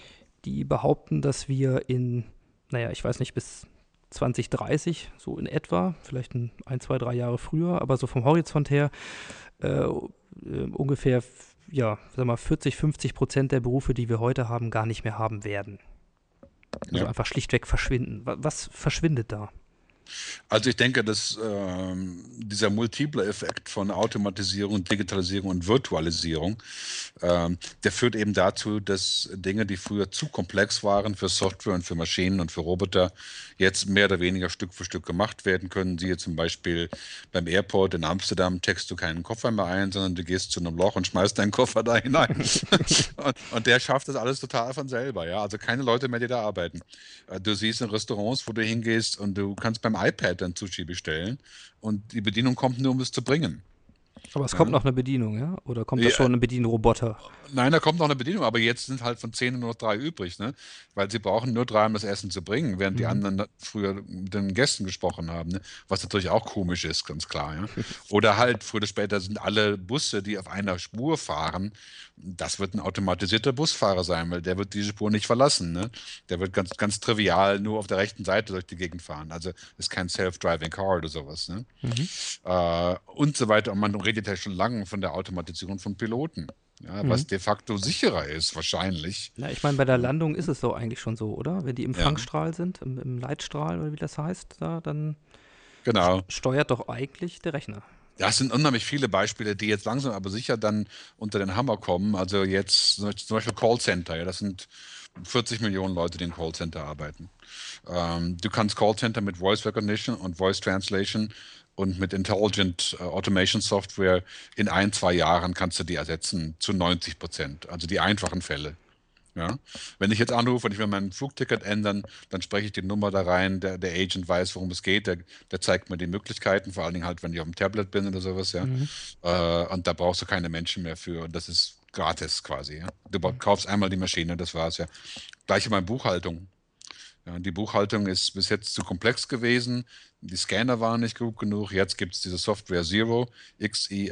die behaupten, dass wir in, naja, ich weiß nicht, bis zwanzig dreißig, so in etwa, vielleicht ein, ein zwei, drei Jahre früher, aber so vom Horizont her äh, äh, ungefähr, ja, sag mal, vierzig, fünfzig Prozent der Berufe, die wir heute haben, gar nicht mehr haben werden. Also ja. Einfach schlichtweg verschwinden. Was verschwindet da? Also ich denke, dass ähm, dieser multiple Effekt von Automatisierung, Digitalisierung und Virtualisierung, ähm, der führt eben dazu, dass Dinge, die früher zu komplex waren für Software und für Maschinen und für Roboter, jetzt mehr oder weniger Stück für Stück gemacht werden können. Siehe zum Beispiel beim Airport in Amsterdam, checkst du keinen Koffer mehr ein, sondern du gehst zu einem Loch und schmeißt deinen Koffer da hinein. und, und der schafft das alles total von selber. Ja? Also keine Leute mehr, die da arbeiten. Du siehst in Restaurants, wo du hingehst und du kannst beim iPad dann Sushi bestellen und die Bedienung kommt nur, um es zu bringen. Aber es kommt ja noch eine Bedienung, ja? Oder kommt da ja, schon ein Bedienroboter? Nein, da kommt noch eine Bedienung, aber jetzt sind halt von zehn nur noch drei übrig, ne? Weil sie brauchen nur drei, um das Essen zu bringen, während mhm. die anderen früher mit den Gästen gesprochen haben, ne? Was natürlich auch komisch ist, ganz klar, ja? Oder halt, früher oder später sind alle Busse, die auf einer Spur fahren, das wird ein automatisierter Busfahrer sein, weil der wird diese Spur nicht verlassen, ne? Der wird ganz, ganz trivial nur auf der rechten Seite durch die Gegend fahren, also ist kein Self-Driving Car oder sowas, ne? Mhm. Äh, und so weiter, und man redet ja schon lange von der Automatisierung von Piloten. Ja, mhm. Was de facto sicherer ist, wahrscheinlich. Na, ich meine, bei der Landung ist es doch eigentlich schon so, oder? Wenn die im Fangstrahl ja. sind, im, im Leitstrahl oder wie das heißt, da, dann genau. steuert doch eigentlich der Rechner. Ja, es sind unheimlich viele Beispiele, die jetzt langsam aber sicher dann unter den Hammer kommen. Also jetzt zum Beispiel Callcenter, ja, das sind vierzig Millionen Leute, die in Callcenter arbeiten. Ähm, du kannst Callcenter mit Voice Recognition und Voice Translation Und mit Intelligent äh, Automation Software in ein, zwei Jahren kannst du die ersetzen zu neunzig Prozent. Also die einfachen Fälle. Ja. Wenn ich jetzt anrufe und ich will mein Flugticket ändern, dann spreche ich die Nummer da rein, der, der Agent weiß, worum es geht, der, der zeigt mir die Möglichkeiten, vor allen Dingen halt, wenn ich auf dem Tablet bin oder sowas, ja. Mhm. Äh, und da brauchst du keine Menschen mehr für. Und das ist gratis quasi. Ja. Du kaufst einmal die Maschine, das war's ja. Gleiche bei Buchhaltung. Ja, die Buchhaltung ist bis jetzt zu komplex gewesen. Die Scanner waren nicht gut genug. Jetzt gibt es diese Software Xero, X E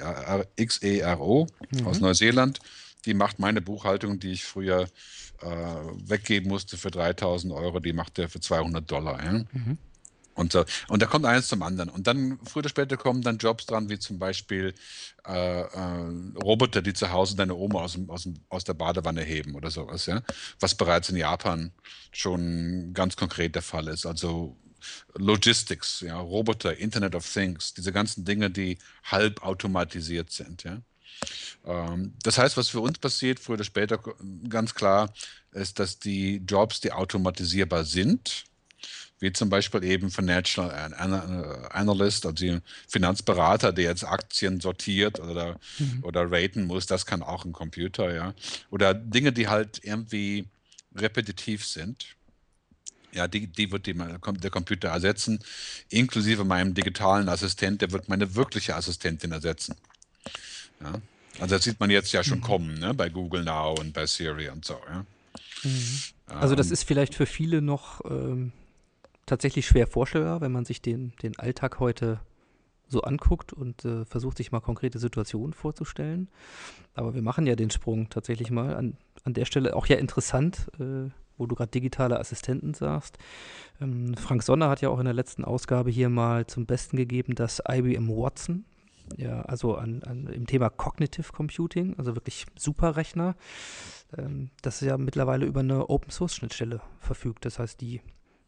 R O Mhm. aus Neuseeland. Die macht meine Buchhaltung, die ich früher äh, weggeben musste für dreitausend Euro, die macht der für zweihundert Dollar. Ja? Mhm. Und, so. Und da kommt eins zum anderen. Und dann früher oder später kommen dann Jobs dran, wie zum Beispiel äh, äh, Roboter, die zu Hause deine Oma aus, dem, aus, dem, aus der Badewanne heben oder sowas, ja. Was bereits in Japan schon ganz konkret der Fall ist. Also Logistics, ja, Roboter, Internet of Things, diese ganzen Dinge, die halb automatisiert sind, ja. Ähm, das heißt, was für uns passiert, früher oder später ganz klar, ist, dass die Jobs, die automatisierbar sind, wie zum Beispiel eben Financial Analyst, also Finanzberater, der jetzt Aktien sortiert oder, mhm. oder raten muss, das kann auch ein Computer, ja. Oder Dinge, die halt irgendwie repetitiv sind, ja, die, die wird die, der Computer ersetzen, inklusive meinem digitalen Assistent, der wird meine wirkliche Assistentin ersetzen. Ja. Also das sieht man jetzt ja schon mhm. kommen, ne, bei Google Now und bei Siri und so, ja. Mhm. Also das ist vielleicht für viele noch ähm tatsächlich schwer vorstellbar, wenn man sich den, den Alltag heute so anguckt und äh, versucht, sich mal konkrete Situationen vorzustellen. Aber wir machen ja den Sprung tatsächlich mal an, an der Stelle. Auch ja interessant, äh, wo du gerade digitale Assistenten sagst. Ähm, Frank Sonner hat ja auch in der letzten Ausgabe hier mal zum Besten gegeben, dass I B M Watson, ja, also an, an, im Thema Cognitive Computing, also wirklich Superrechner, ähm, das ja mittlerweile über eine Open-Source-Schnittstelle verfügt. Das heißt, die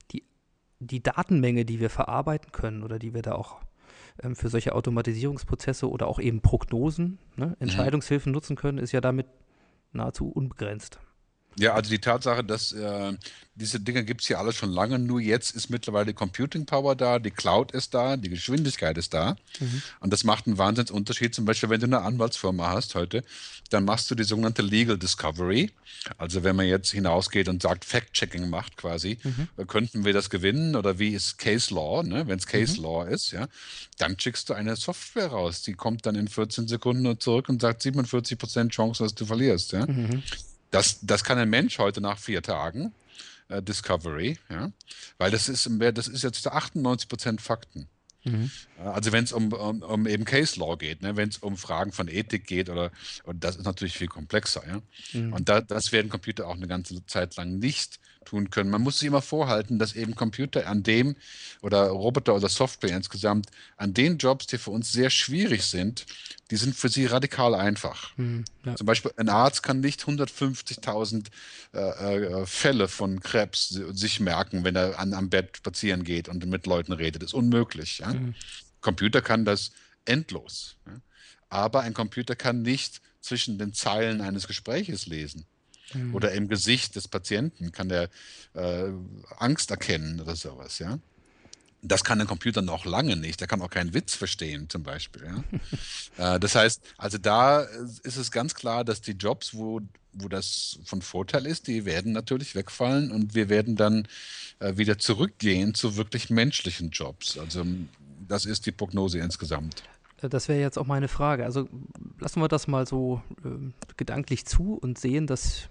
die Datenmenge, die wir verarbeiten können oder die wir da auch ähm, für solche Automatisierungsprozesse oder auch eben Prognosen, ne, Entscheidungshilfen nutzen können, ist ja damit nahezu unbegrenzt. Ja, also die Tatsache, dass äh, diese Dinge gibt es ja alle schon lange, nur jetzt ist mittlerweile die Computing Power da, die Cloud ist da, die Geschwindigkeit ist da. Mhm. Und das macht einen Wahnsinnsunterschied. Zum Beispiel, wenn du eine Anwaltsfirma hast heute, dann machst du die sogenannte Legal Discovery. Also wenn man jetzt hinausgeht und sagt, Fact-Checking macht quasi, mhm. könnten wir das gewinnen oder wie ist Case Law, ne? Wenn es Case mhm. Law ist, ja, dann schickst du eine Software raus, die kommt dann in vierzehn Sekunden zurück und sagt siebenundvierzig Prozent Chance, dass du verlierst, ja. Mhm. Das, das kann ein Mensch heute nach vier Tagen, äh, Discovery, ja, weil das ist, das ist jetzt achtundneunzig Prozent Fakten. Mhm. Also wenn es um, um, um eben Case Law geht, ne, wenn es um Fragen von Ethik geht, oder, und das ist natürlich viel komplexer, ja. Mhm. Und da, das werden Computer auch eine ganze Zeit lang nicht tun können. Man muss sich immer vorhalten, dass eben Computer an dem oder Roboter oder Software insgesamt an den Jobs, die für uns sehr schwierig sind, die sind für sie radikal einfach. Mhm, ja. Zum Beispiel ein Arzt kann nicht hundertfünfzigtausend äh, äh, Fälle von Krebs sich merken, wenn er an, am Bett spazieren geht und mit Leuten redet. Das ist unmöglich. Ja? Mhm. Computer kann das endlos. Ja? Aber ein Computer kann nicht zwischen den Zeilen eines Gespräches lesen. Mhm. Oder im Gesicht des Patienten kann der äh, Angst erkennen oder sowas, ja. Das kann ein Computer noch lange nicht. Der kann auch keinen Witz verstehen, zum Beispiel. Ja? äh, das heißt, also da ist es ganz klar, dass die Jobs, wo, wo das von Vorteil ist, die werden natürlich wegfallen und wir werden dann äh, wieder zurückgehen zu wirklich menschlichen Jobs. Also das ist die Prognose insgesamt. Das wäre jetzt auch meine Frage. Also lassen wir das mal so äh, gedanklich zu und sehen, dass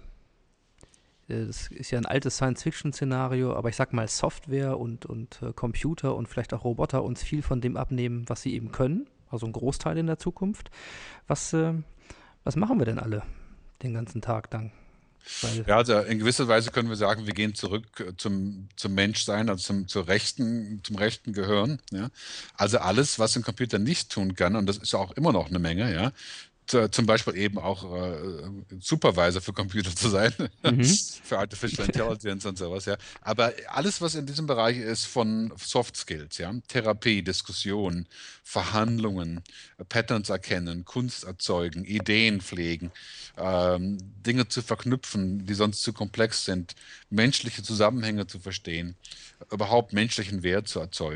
das ist ja ein altes Science-Fiction-Szenario, aber ich sag mal Software und, und äh, Computer und vielleicht auch Roboter uns viel von dem abnehmen, was sie eben können, also ein Großteil in der Zukunft. Was, äh, was machen wir denn alle den ganzen Tag dann? Weil ja, also in gewisser Weise können wir sagen, wir gehen zurück zum, zum Menschsein, also zum, zur rechten, zum rechten Gehirn. Ja? Also alles, was ein Computer nicht tun kann, und das ist ja auch immer noch eine Menge, ja, zum Beispiel eben auch äh, Supervisor für Computer zu sein, mhm. für Artificial Intelligence und sowas, ja. Aber alles, was in diesem Bereich ist von Soft Skills, ja, Therapie, Diskussion, Verhandlungen, Patterns erkennen, Kunst erzeugen, Ideen pflegen, ähm, Dinge zu verknüpfen, die sonst zu komplex sind, menschliche Zusammenhänge zu verstehen, überhaupt menschlichen Wert zu erzeugen.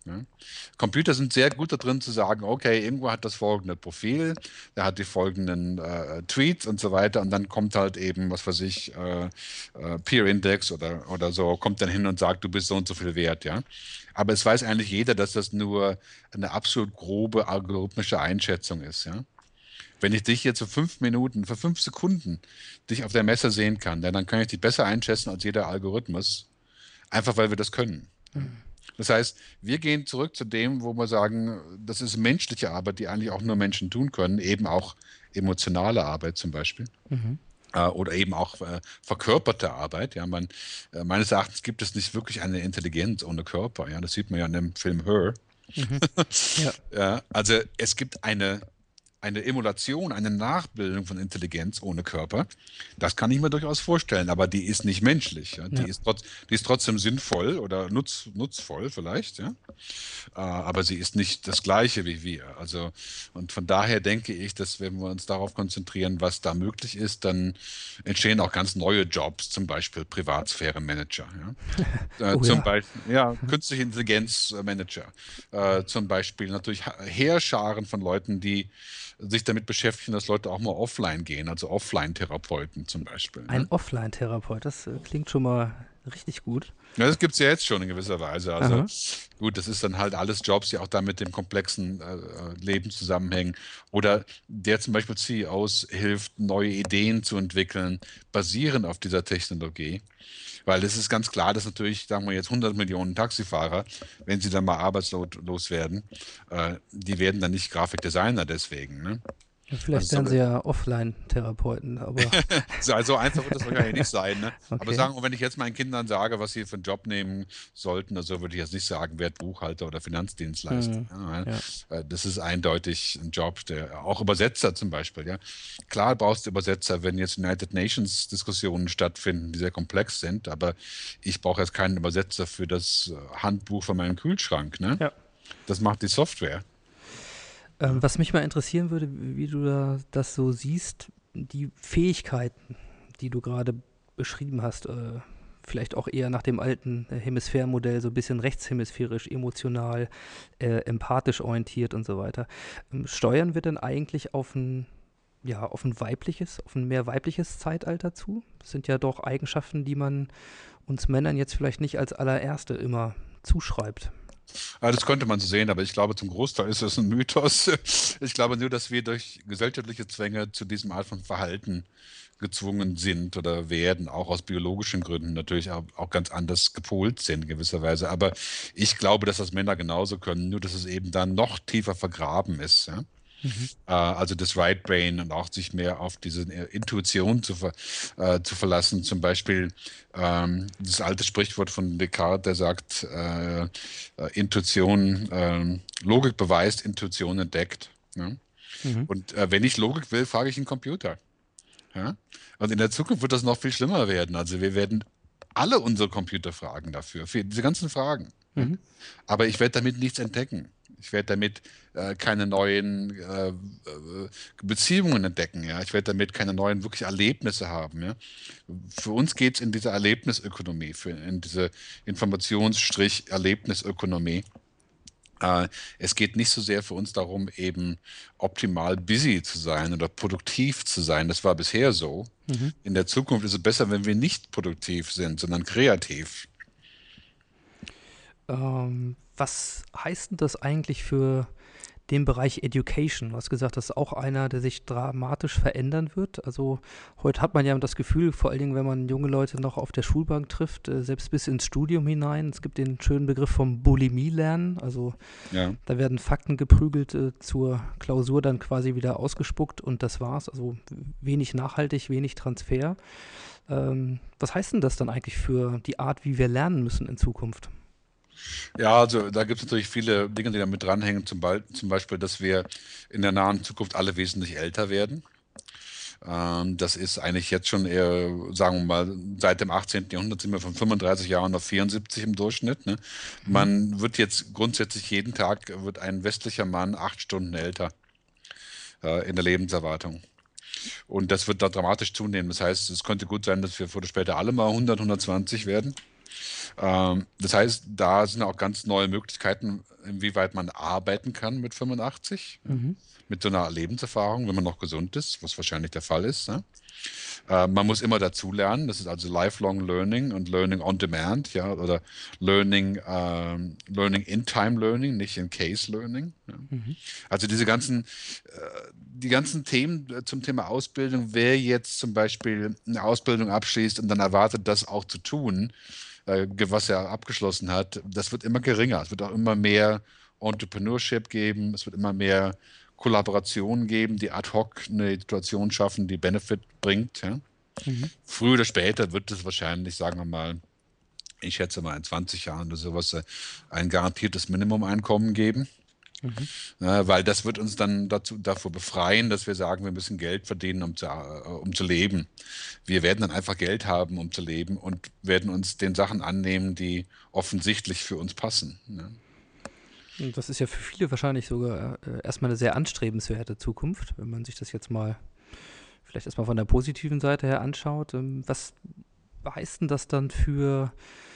Ne? Computer sind sehr gut darin zu sagen, okay, irgendwo hat das folgende Profil, der hat die folgenden äh, Tweets und so weiter und dann kommt halt eben, was weiß ich, äh, äh, Peer Index oder, oder so, kommt dann hin und sagt, du bist so und so viel wert, ja. Aber es weiß eigentlich jeder, dass das nur eine absolut grobe algorithmische Einschätzung ist, ja. Wenn ich dich jetzt für fünf Minuten, für fünf Sekunden dich auf der Messe sehen kann, dann kann ich dich besser einschätzen als jeder Algorithmus, einfach weil wir das können. Mhm. Das heißt, wir gehen zurück zu dem, wo wir sagen, das ist menschliche Arbeit, die eigentlich auch nur Menschen tun können, eben auch emotionale Arbeit zum Beispiel. Mhm. Äh, oder eben auch äh, verkörperte Arbeit. Ja, man, äh, meines Erachtens gibt es nicht wirklich eine Intelligenz ohne Körper. Ja, das sieht man ja in dem Film Her. Mhm. Ja. Ja, also es gibt eine Eine Emulation, eine Nachbildung von Intelligenz ohne Körper, das kann ich mir durchaus vorstellen, aber die ist nicht menschlich. Ja? Die, ja. ist trotz, die ist trotzdem sinnvoll oder nutz, nutzvoll vielleicht, ja? Äh, aber sie ist nicht das Gleiche wie wir. Also, und von daher denke ich, dass wenn wir uns darauf konzentrieren, was da möglich ist, dann entstehen auch ganz neue Jobs, zum Beispiel Privatsphäre-Manager. Ja? äh, oh, zum ja. Beispiel, ja, künstliche Intelligenz-Manager. Äh, zum Beispiel natürlich Heerscharen von Leuten, die sich damit beschäftigen, dass Leute auch mal offline gehen, also Offline-Therapeuten zum Beispiel. Ein ne? Offline-Therapeut, das äh, klingt schon mal richtig gut. Ja, das gibt es ja jetzt schon in gewisser Weise. Also Aha. gut, das ist dann halt alles Jobs, die auch da mit dem komplexen äh, Leben zusammenhängen. Oder der zum Beispiel C E Os hilft, neue Ideen zu entwickeln, basierend auf dieser Technologie. Weil es ist ganz klar, dass natürlich, sagen wir jetzt hundert Millionen Taxifahrer, wenn sie dann mal arbeitslos werden, äh, die werden dann nicht Grafikdesigner deswegen. Ne? Ja, vielleicht werden Also, sie ja Offline-Therapeuten, aber so so einfach wird das wahrscheinlich nicht sein. Ne? Okay. Aber sagen, wenn ich jetzt meinen Kindern sage, was sie für einen Job nehmen sollten, also würde ich jetzt nicht sagen, werd Buchhalter oder Finanzdienstleister. Mhm. Ja, Ja. das ist eindeutig ein Job, der auch Übersetzer zum Beispiel. Ja. Klar brauchst du Übersetzer, wenn jetzt United Nations Diskussionen stattfinden, die sehr komplex sind, aber ich brauche jetzt keinen Übersetzer für das Handbuch von meinem Kühlschrank. Ne? Ja. Das macht die Software. Ähm, was mich mal interessieren würde, wie du da, das so siehst, die Fähigkeiten, die du gerade beschrieben hast, äh, vielleicht auch eher nach dem alten äh, Hemisphärenmodell, so ein bisschen rechtshemisphärisch, emotional, äh, empathisch orientiert und so weiter. Ähm, steuern wir denn eigentlich auf ein, ja, auf ein weibliches, auf ein mehr weibliches Zeitalter zu? Das sind ja doch Eigenschaften, die man uns Männern jetzt vielleicht nicht als allererste immer zuschreibt. Ja, das könnte man so sehen, aber ich glaube, zum Großteil ist es ein Mythos. Ich glaube nur, dass wir durch gesellschaftliche Zwänge zu diesem Art von Verhalten gezwungen sind oder werden, auch aus biologischen Gründen natürlich auch, auch ganz anders gepolt sind in gewisser Weise. Aber ich glaube, dass das Männer genauso können, nur dass es eben dann noch tiefer vergraben ist. Ja? Mhm. Äh, also das Right Brain und auch sich mehr auf diese Intuition zu, ver, äh, zu verlassen. Zum Beispiel ähm, das alte Sprichwort von Descartes, der sagt, äh, äh, Intuition, äh, Logik beweist, Intuition entdeckt. Ja? Mhm. Und äh, wenn ich Logik will, frage ich einen Computer. Ja? Und in der Zukunft wird das noch viel schlimmer werden. Also wir werden alle unsere Computer fragen dafür, für diese ganzen Fragen. Mhm. Aber ich werde damit nichts entdecken. Ich werde damit äh, keine neuen äh, Beziehungen entdecken. Ja? Ich werde damit keine neuen wirklich Erlebnisse haben. Ja? Für uns geht es in diese Erlebnisökonomie, für, in diese Informationsstrich-Erlebnisökonomie. Äh, es geht nicht so sehr für uns darum, eben optimal busy zu sein oder produktiv zu sein. Das war bisher so. Mhm. In der Zukunft ist es besser, wenn wir nicht produktiv sind, sondern kreativ. Ähm, was heißt denn das eigentlich für den Bereich Education? Du hast gesagt, das ist auch einer, der sich dramatisch verändern wird. Also heute hat man ja das Gefühl, vor allen Dingen, wenn man junge Leute noch auf der Schulbank trifft, äh, selbst bis ins Studium hinein. Es gibt den schönen Begriff vom Bulimie-Lernen. Also ja. Da werden Fakten geprügelt, äh, zur Klausur dann quasi wieder ausgespuckt und das war's. Also wenig nachhaltig, wenig Transfer. Ähm, was heißt denn das dann eigentlich für die Art, wie wir lernen müssen in Zukunft? Ja, also da gibt es natürlich viele Dinge, die damit dranhängen. Zum, Be- zum Beispiel, dass wir in der nahen Zukunft alle wesentlich älter werden. Ähm, das ist eigentlich jetzt schon eher, sagen wir mal, seit dem achtzehnten Jahrhundert sind wir von fünfunddreißig Jahren auf vierundsiebzig im Durchschnitt. Ne? Man wird jetzt grundsätzlich jeden Tag, wird ein westlicher Mann acht Stunden älter äh, in der Lebenserwartung. Und das wird da dramatisch zunehmen. Das heißt, es könnte gut sein, dass wir früher oder später alle mal hundert, hundertzwanzig werden. Ähm, das heißt, da sind auch ganz neue Möglichkeiten, inwieweit man arbeiten kann mit fünfundachtzig, Mhm. mit so einer Lebenserfahrung, wenn man noch gesund ist, was wahrscheinlich der Fall ist. Ne? Äh, man muss immer dazu lernen, das ist also Lifelong Learning und Learning on Demand, ja, oder Learning, ähm, Learning in Time Learning, nicht in Case Learning. Ja. Mhm. Also diese ganzen, äh, die ganzen Themen äh, zum Thema Ausbildung, wer jetzt zum Beispiel eine Ausbildung abschließt und dann erwartet, das auch zu tun, äh, was er abgeschlossen hat, das wird immer geringer. Es wird auch immer mehr Entrepreneurship geben, es wird immer mehr Kollaborationen geben, die ad hoc eine Situation schaffen, die Benefit bringt. Ja. Mhm. Früher oder später wird es wahrscheinlich, sagen wir mal, ich schätze mal in zwanzig Jahren oder sowas, äh, ein garantiertes Minimum-Einkommen geben. Mhm. Ja, weil das wird uns dann dazu, davor befreien, dass wir sagen, wir müssen Geld verdienen, um zu, äh, um zu leben. Wir werden dann einfach Geld haben, um zu leben und werden uns den Sachen annehmen, die offensichtlich für uns passen. Ja. Und das ist ja für viele wahrscheinlich sogar äh, erstmal eine sehr anstrebenswerte Zukunft, wenn man sich das jetzt mal vielleicht erstmal von der positiven Seite her anschaut. Ähm, was heißt denn das dann für,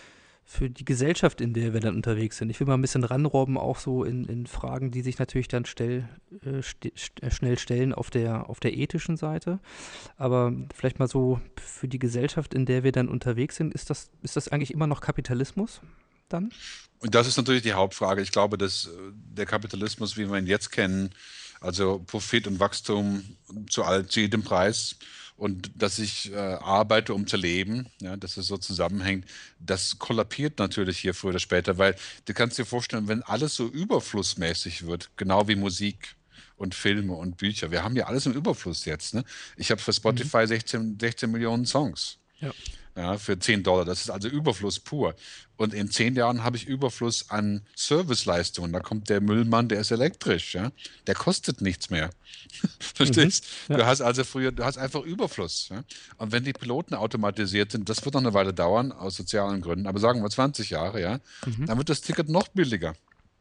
für die Gesellschaft, in der wir dann unterwegs sind? Ich will mal ein bisschen ranrobben, auch so in, in Fragen, die sich natürlich dann stell, äh, st st schnell stellen auf der, auf der ethischen Seite. Aber vielleicht mal so für die Gesellschaft, in der wir dann unterwegs sind, ist das, ist das eigentlich immer noch Kapitalismus dann? Und das ist natürlich die Hauptfrage. Ich glaube, dass äh, der Kapitalismus, wie wir ihn jetzt kennen, also Profit und Wachstum zu, all, zu jedem Preis und dass ich äh, arbeite, um zu leben, ja, dass es so zusammenhängt, das kollabiert natürlich hier früher oder später, weil du kannst dir vorstellen, wenn alles so überflussmäßig wird, genau wie Musik und Filme und Bücher, wir haben ja alles im Überfluss jetzt. Ne? Ich habe für Spotify sechzehn, sechzehn Millionen Songs. Ja. Ja, für zehn Dollar. Das ist also Überfluss pur. Und in zehn Jahren habe ich Überfluss an Serviceleistungen. Da kommt der Müllmann, der ist elektrisch. Ja? Der kostet nichts mehr. Verstehst? Ja. Du hast also früher, du hast einfach Überfluss. Ja? Und wenn die Piloten automatisiert sind, das wird noch eine Weile dauern, aus sozialen Gründen, aber sagen wir zwanzig Jahre, ja, Mhm. dann wird das Ticket noch billiger.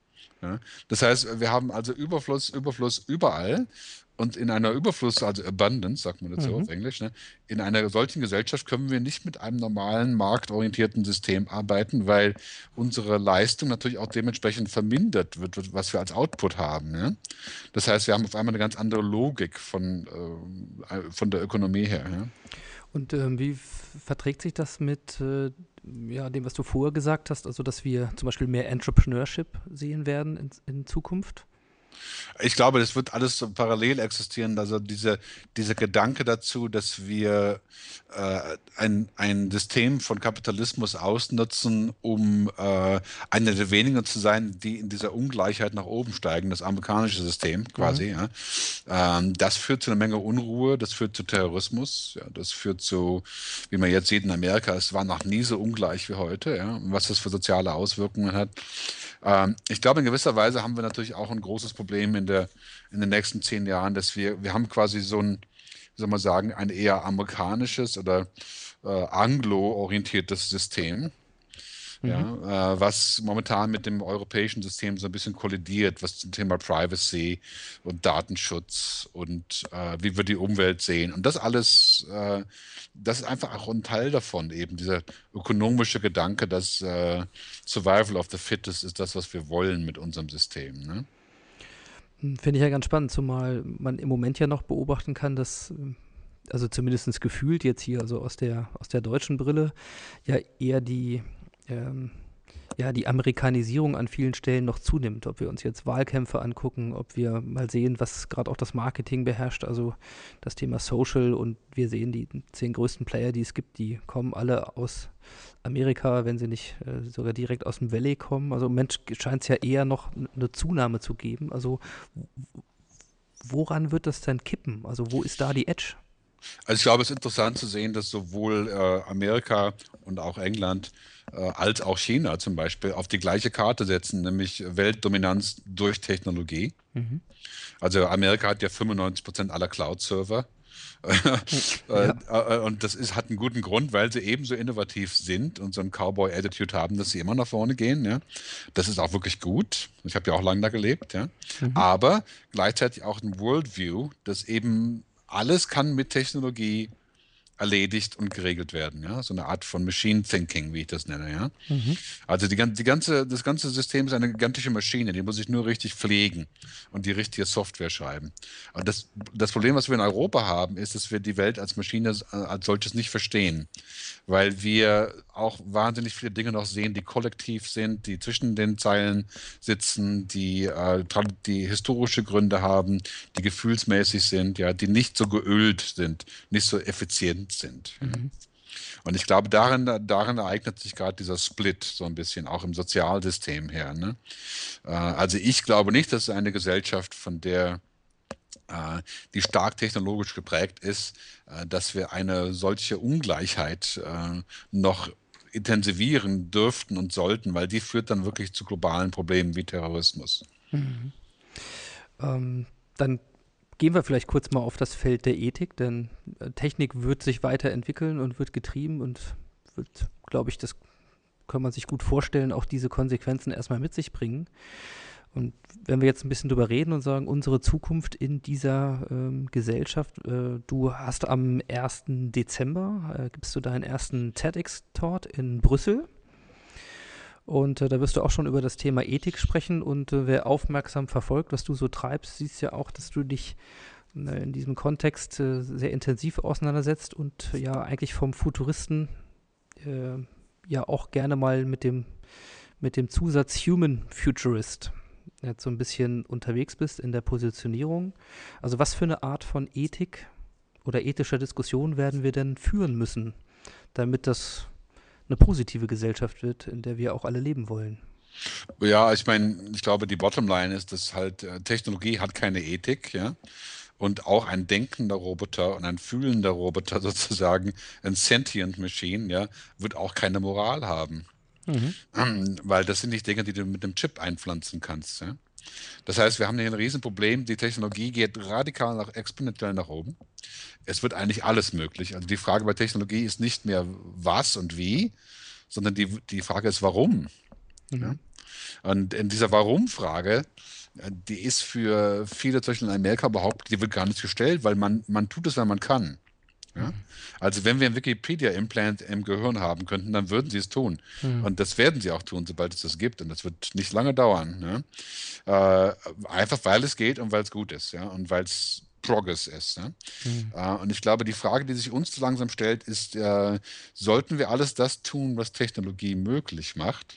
Ja? Das heißt, wir haben also Überfluss, Überfluss überall. Und in einer Überfluss, also Abundance, sagt man dazu Mhm. auf Englisch, ne? In einer solchen Gesellschaft können wir nicht mit einem normalen, marktorientierten System arbeiten, weil unsere Leistung natürlich auch dementsprechend vermindert wird, was wir als Output haben. Ja? Das heißt, wir haben auf einmal eine ganz andere Logik von, äh, von der Ökonomie her. Ja? Und ähm, wie f- verträgt sich das mit äh, ja, dem, was du vorher gesagt hast, also dass wir zum Beispiel mehr Entrepreneurship sehen werden in, in Zukunft? Ich glaube, das wird alles so parallel existieren. Also diese, dieser Gedanke dazu, dass wir äh, ein, ein System von Kapitalismus ausnutzen, um äh, einer der wenigen zu sein, die in dieser Ungleichheit nach oben steigen, das amerikanische System quasi. Ja. Ähm, das führt zu einer Menge Unruhe, das führt zu Terrorismus, ja, das führt zu, wie man jetzt sieht in Amerika, es war noch nie so ungleich wie heute, ja, und was das für soziale Auswirkungen hat. Ähm, ich glaube, in gewisser Weise haben wir natürlich auch ein großes Problem in der, in den nächsten zehn Jahren, dass wir, wir haben quasi so ein, wie soll man sagen, ein eher amerikanisches oder äh, anglo-orientiertes System, ja, äh, was momentan mit dem europäischen System so ein bisschen kollidiert, was zum Thema Privacy und Datenschutz und äh, wie wir die Umwelt sehen. Und das alles, äh, das ist einfach auch ein Teil davon, eben dieser ökonomische Gedanke, dass äh, Survival of the Fittest ist das, was wir wollen mit unserem System. Ne? Hm, Finde ich ja ganz spannend, zumal man im Moment ja noch beobachten kann, dass, ähm, also zumindest gefühlt jetzt hier, also aus der, aus der deutschen Brille, ja eher die, ähm, ja, die Amerikanisierung an vielen Stellen noch zunimmt. Ob wir uns jetzt Wahlkämpfe angucken, ob wir mal sehen, was gerade auch das Marketing beherrscht, also das Thema Social, und wir sehen die zehn größten Player, die es gibt, die kommen alle aus Amerika, wenn sie nicht äh, sogar direkt aus dem Valley kommen. Also im Moment scheint es ja eher noch n- eine Zunahme zu geben. Also w- woran wird das denn kippen? Also wo ist da die Edge? Also ich glaube, es ist interessant zu sehen, dass sowohl äh, Amerika und auch England äh, als auch China zum Beispiel auf die gleiche Karte setzen, nämlich Weltdominanz durch Technologie. Mhm. Also Amerika hat ja fünfundneunzig Prozent aller Cloud-Server. Ja. Äh, äh, und das ist, hat einen guten Grund, weil sie ebenso innovativ sind und so ein Cowboy-Attitude haben, dass sie immer nach vorne gehen. Ja? Das ist auch wirklich gut. Ich habe ja auch lange da gelebt. Ja? Mhm. Aber gleichzeitig auch ein Worldview, das eben alles kann mit Technologie erledigt und geregelt werden. Ja? So eine Art von Machine Thinking, wie ich das nenne. Ja? Mhm. Also die, gan- die ganze, das ganze System ist eine gigantische Maschine, die muss ich nur richtig pflegen und die richtige Software schreiben. Und das, das Problem, was wir in Europa haben, ist, dass wir die Welt als Maschine äh, als solches nicht verstehen, weil wir auch wahnsinnig viele Dinge noch sehen, die kollektiv sind, die zwischen den Zeilen sitzen, die, äh, tra- die historische Gründe haben, die gefühlsmäßig sind, ja, die nicht so geölt sind, nicht so effizient sind. Mhm. Und ich glaube, darin, darin ereignet sich gerade dieser Split so ein bisschen, auch im Sozialsystem her. Ne? Äh, also ich glaube nicht, dass eine Gesellschaft, von der äh, die stark technologisch geprägt ist, äh, dass wir eine solche Ungleichheit äh, noch intensivieren dürften und sollten, weil die führt dann wirklich zu globalen Problemen wie Terrorismus. Mhm. Ähm, dann gehen wir vielleicht kurz mal auf das Feld der Ethik, denn äh, Technik wird sich weiterentwickeln und wird getrieben und wird, glaube ich, das kann man sich gut vorstellen, auch diese Konsequenzen erstmal mit sich bringen. Und wenn wir jetzt ein bisschen drüber reden und sagen, unsere Zukunft in dieser ähm, Gesellschaft, äh, du hast am ersten Dezember, äh, gibst du deinen ersten TEDx-Talk in Brüssel. Und äh, da wirst du auch schon über das Thema Ethik sprechen und äh, wer aufmerksam verfolgt, was du so treibst, siehst ja auch, dass du dich äh, in diesem Kontext äh, sehr intensiv auseinandersetzt und äh, ja eigentlich vom Futuristen äh, ja auch gerne mal mit dem, mit dem Zusatz Human Futurist jetzt so ein bisschen unterwegs bist in der Positionierung. Also was für eine Art von Ethik oder ethischer Diskussion werden wir denn führen müssen, damit das eine positive Gesellschaft wird, in der wir auch alle leben wollen? Ja, ich meine, ich glaube, die Bottomline ist, dass halt äh, Technologie hat keine Ethik, ja. Und auch ein denkender Roboter und ein fühlender Roboter sozusagen, ein sentient Machine, ja, wird auch keine Moral haben. Mhm. Weil das sind nicht Dinge, die du mit einem Chip einpflanzen kannst. Ja? Das heißt, wir haben hier ein Riesenproblem. Die Technologie geht radikal nach, exponentiell nach oben. Es wird eigentlich alles möglich. Also die Frage bei Technologie ist nicht mehr was und wie, sondern die, die Frage ist warum. Mhm. Ja? Und in dieser Warum-Frage, die ist für viele, zum Beispiel in Amerika behauptet, die wird gar nicht gestellt, weil man, man tut es, wenn man kann. Ja? Also wenn wir ein Wikipedia-Implant im Gehirn haben könnten, dann würden sie es tun. Mhm. Und das werden sie auch tun, sobald es das gibt. Und das wird nicht lange dauern. Ja? Äh, einfach weil es geht und weil es gut ist. Ja? Und weil es Progress ist. Ja? Mhm. Äh, und ich glaube, die Frage, die sich uns so langsam stellt, ist, äh, sollten wir alles das tun, was Technologie möglich macht?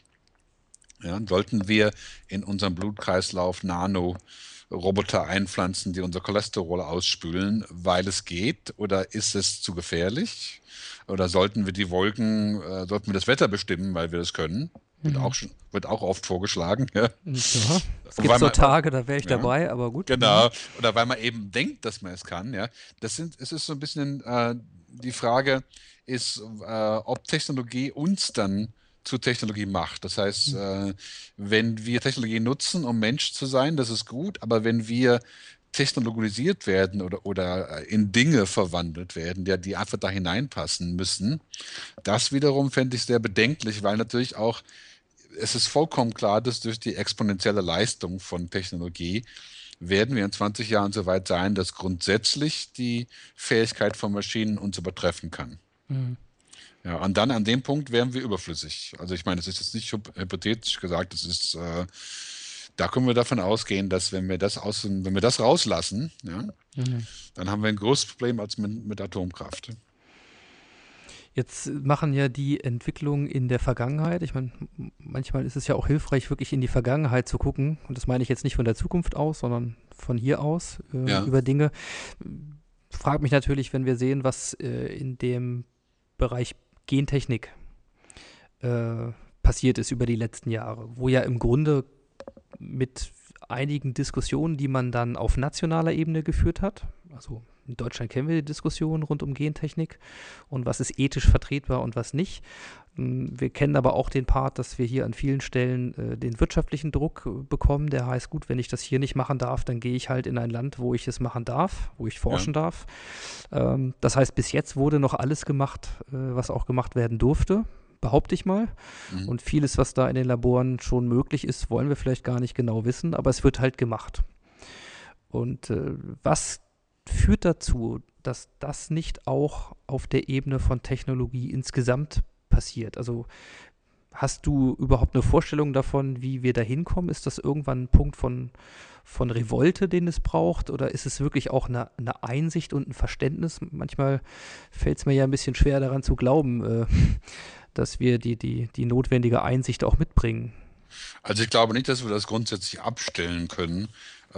Ja? Sollten wir in unserem Blutkreislauf Nano Roboter einpflanzen, die unser Cholesterol ausspülen, weil es geht? Oder ist es zu gefährlich? Oder sollten wir die Wolken, äh, sollten wir das Wetter bestimmen, weil wir das können? Wird, Mhm. auch, schon, wird auch oft vorgeschlagen. Ja. Ja. Es Weil gibt so man- Tage, da wäre ich Ja. dabei, aber gut. Genau. Oder weil man eben denkt, dass man es kann. Ja. Das sind, es ist so ein bisschen äh, die Frage, ist, äh, ob Technologie uns dann zu Technologie macht. Das heißt, äh, wenn wir Technologie nutzen, um Mensch zu sein, das ist gut, aber wenn wir technologisiert werden oder, oder in Dinge verwandelt werden, die, die einfach da hineinpassen müssen, das wiederum fände ich sehr bedenklich, weil natürlich auch, es ist vollkommen klar, dass durch die exponentielle Leistung von Technologie werden wir in zwanzig Jahren so weit sein, dass grundsätzlich die Fähigkeit von Maschinen uns übertreffen kann. Mhm. Ja, und dann an dem Punkt wären wir überflüssig. Also ich meine, das ist jetzt nicht hyp- hypothetisch gesagt, das ist, äh, da können wir davon ausgehen, dass wenn wir das aus, wenn wir das rauslassen, ja, Mhm. dann haben wir ein großes Problem als mit, mit Atomkraft. Jetzt machen ja die Entwicklungen in der Vergangenheit, ich meine, m- manchmal ist es ja auch hilfreich, wirklich in die Vergangenheit zu gucken. Und das meine ich jetzt nicht von der Zukunft aus, sondern von hier aus äh, Ja. über Dinge. Frag mich natürlich, wenn wir sehen, was äh, in dem Bereich Gentechnik äh, passiert ist über die letzten Jahre, wo ja im Grunde mit einigen Diskussionen, die man dann auf nationaler Ebene geführt hat, also in Deutschland kennen wir die Diskussion rund um Gentechnik und was ist ethisch vertretbar und was nicht. Mm, Wir kennen aber auch den Part, dass wir hier an vielen Stellen äh, den wirtschaftlichen Druck äh, bekommen, der heißt, gut, wenn ich das hier nicht machen darf, dann gehe ich halt in ein Land, wo ich es machen darf, wo ich forschen darf. Ähm, das heißt, bis jetzt wurde noch alles gemacht, äh, was auch gemacht werden durfte, behaupte ich mal. Mhm. Und vieles, was da in den Laboren schon möglich ist, wollen wir vielleicht gar nicht genau wissen, aber es wird halt gemacht. Und äh, was führt dazu, dass das nicht auch auf der Ebene von Technologie insgesamt passiert? Also hast du überhaupt eine Vorstellung davon, wie wir da hinkommen? Ist das irgendwann ein Punkt von, von Revolte, den es braucht? Oder ist es wirklich auch eine, eine Einsicht und ein Verständnis? Manchmal fällt es mir ja ein bisschen schwer daran zu glauben, äh, dass wir die, die, die notwendige Einsicht auch mitbringen. Also ich glaube nicht, dass wir das grundsätzlich abstellen können.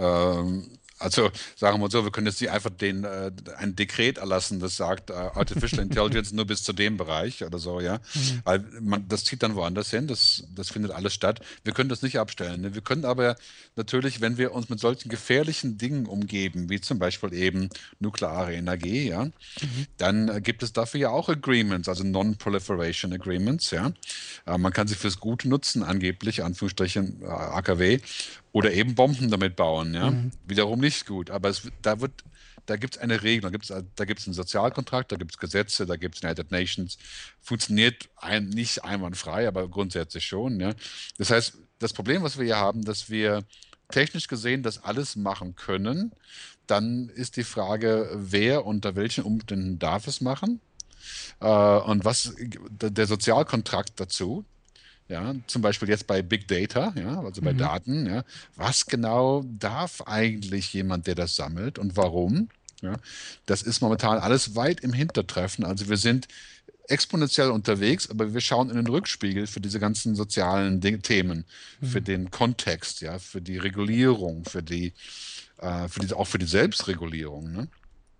Ähm, also sagen wir mal so, wir können jetzt nicht einfach den, äh, ein Dekret erlassen, das sagt, äh, Artificial Intelligence nur bis zu dem Bereich oder so, ja. Mhm. Weil man, das zieht dann woanders hin, das, das findet alles statt. Wir können das nicht abstellen. Ne? Wir können aber natürlich, wenn wir uns mit solchen gefährlichen Dingen umgeben, wie zum Beispiel eben nukleare Energie, ja, mhm. dann äh, gibt es dafür ja auch Agreements, also Non-Proliferation Agreements, ja. Äh, man kann sie fürs Gute nutzen, angeblich, Anführungsstrichen, äh, A K W. Oder eben Bomben damit bauen, ja. Mhm. Wiederum nicht gut. Aber es, da wird, da gibt es eine Regel, da gibt es da gibt's einen Sozialkontrakt, da gibt es Gesetze, da gibt es United Nations. Funktioniert ein, nicht einwandfrei, aber grundsätzlich schon, ja. Das heißt, das Problem, was wir hier haben, dass wir technisch gesehen das alles machen können, dann ist die Frage, wer unter welchen Umständen darf es machen? Äh, und was der Sozialkontrakt dazu? Ja, zum Beispiel jetzt bei Big Data, ja, also bei mhm. Daten, ja, was genau darf eigentlich jemand, der das sammelt und warum? Ja, das ist momentan alles weit im Hintertreffen. Also wir sind exponentiell unterwegs, aber wir schauen in den Rückspiegel für diese ganzen sozialen Ding- Themen, mhm. für den Kontext, ja, für die Regulierung, für die, äh, für die auch für die Selbstregulierung, ne?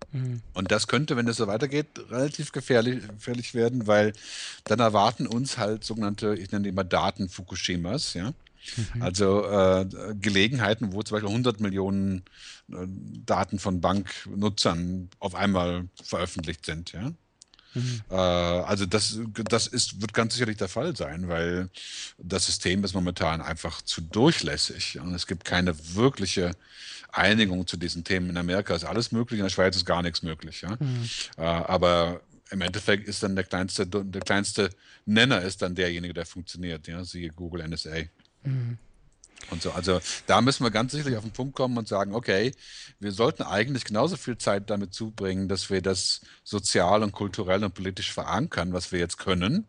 Und das könnte, wenn es so weitergeht, relativ gefährlich, gefährlich werden, weil dann erwarten uns halt sogenannte, ich nenne die immer Daten-Fukushimas, ja. Mhm. Also äh, Gelegenheiten, wo zum Beispiel hundert Millionen äh, Daten von Banknutzern auf einmal veröffentlicht sind, ja. Mhm. Äh, also das, das ist, wird ganz sicherlich der Fall sein, weil das System ist momentan einfach zu durchlässig und es gibt keine wirkliche Einigung zu diesen Themen. In Amerika ist alles möglich, in der Schweiz ist gar nichts möglich. Ja? Mhm. Äh, aber im Endeffekt ist dann der kleinste, der kleinste Nenner ist dann derjenige, der funktioniert. Ja? Siehe Google N S A. Mhm. Und so. Also da müssen wir ganz sicherlich auf den Punkt kommen und sagen, okay, wir sollten eigentlich genauso viel Zeit damit zubringen, dass wir das sozial und kulturell und politisch verankern, was wir jetzt können,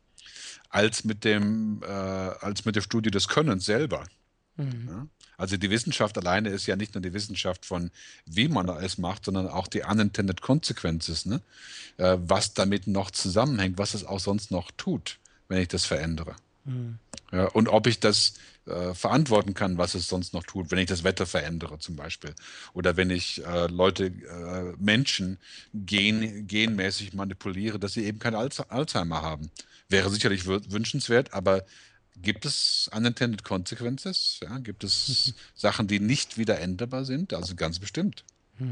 als mit dem, äh, als mit der Studie des Könnens selber. Mhm. Ja? Also die Wissenschaft alleine ist ja nicht nur die Wissenschaft von, wie man es macht, sondern auch die unintended consequences, ne? Äh, was damit noch zusammenhängt, was es auch sonst noch tut, wenn ich das verändere. Mhm. Ja, und ob ich das äh, verantworten kann, was es sonst noch tut, wenn ich das Wetter verändere zum Beispiel. Oder wenn ich äh, Leute, äh, Menschen gen, genmäßig manipuliere, dass sie eben kein Alzheimer haben. Wäre sicherlich wünschenswert, aber gibt es unintended consequences? Ja, gibt es mhm. Sachen, die nicht wieder änderbar sind? Also ganz bestimmt.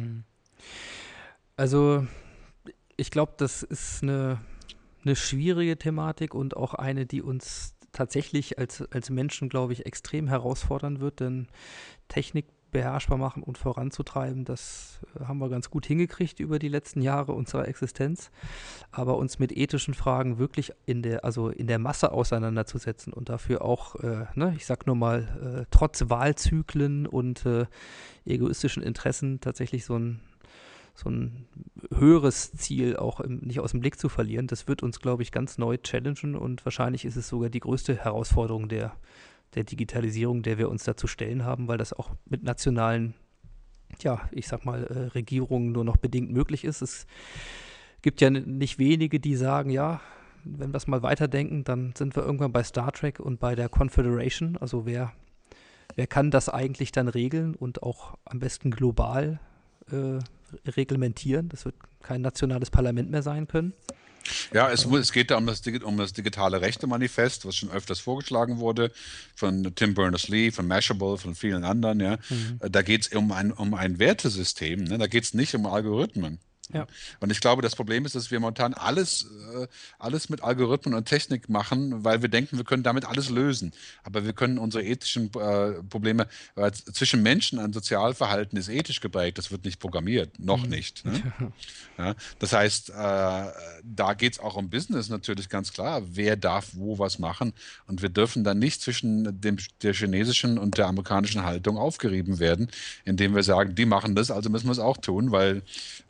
Also ich glaube, das ist eine, eine schwierige Thematik und auch eine, die uns tatsächlich als, als Menschen, glaube ich, extrem herausfordern wird, denn Technik beherrschbar machen und voranzutreiben, das haben wir ganz gut hingekriegt über die letzten Jahre unserer Existenz, aber uns mit ethischen Fragen wirklich in der, also in der Masse auseinanderzusetzen und dafür auch, äh, ne, ich sag nur mal, äh, trotz Wahlzyklen und äh, egoistischen Interessen tatsächlich so ein so ein höheres Ziel auch im, nicht aus dem Blick zu verlieren, das wird uns, glaube ich, ganz neu challengen und wahrscheinlich ist es sogar die größte Herausforderung der der Digitalisierung, der wir uns da zu stellen haben, weil das auch mit nationalen, ja, ich sag mal, äh, Regierungen nur noch bedingt möglich ist. Es gibt ja n- nicht wenige, die sagen, ja, wenn wir es mal weiterdenken, dann sind wir irgendwann bei Star Trek und bei der Confederation. Also wer, wer kann das eigentlich dann regeln und auch am besten global äh, reglementieren? Das wird kein nationales Parlament mehr sein können. Ja, es, es geht da um das, um das digitale Rechte-Manifest, was schon öfters vorgeschlagen wurde, von Tim Berners-Lee, von Mashable, von vielen anderen. Ja. Mhm. Da geht es um ein, um ein Wertesystem, ne? Da geht es nicht um Algorithmen. Ja. Und ich glaube, das Problem ist, dass wir momentan alles, äh, alles mit Algorithmen und Technik machen, weil wir denken, wir können damit alles lösen. Aber wir können unsere ethischen äh, Probleme, äh, zwischen Menschen ein Sozialverhalten ist ethisch geprägt, das wird nicht programmiert, noch mhm. nicht. Ne? Ja, das heißt, äh, da geht es auch um Business natürlich ganz klar, wer darf wo was machen und wir dürfen dann nicht zwischen dem, der chinesischen und der amerikanischen Haltung aufgerieben werden, indem wir sagen, die machen das, also müssen wir es auch tun, weil ähm,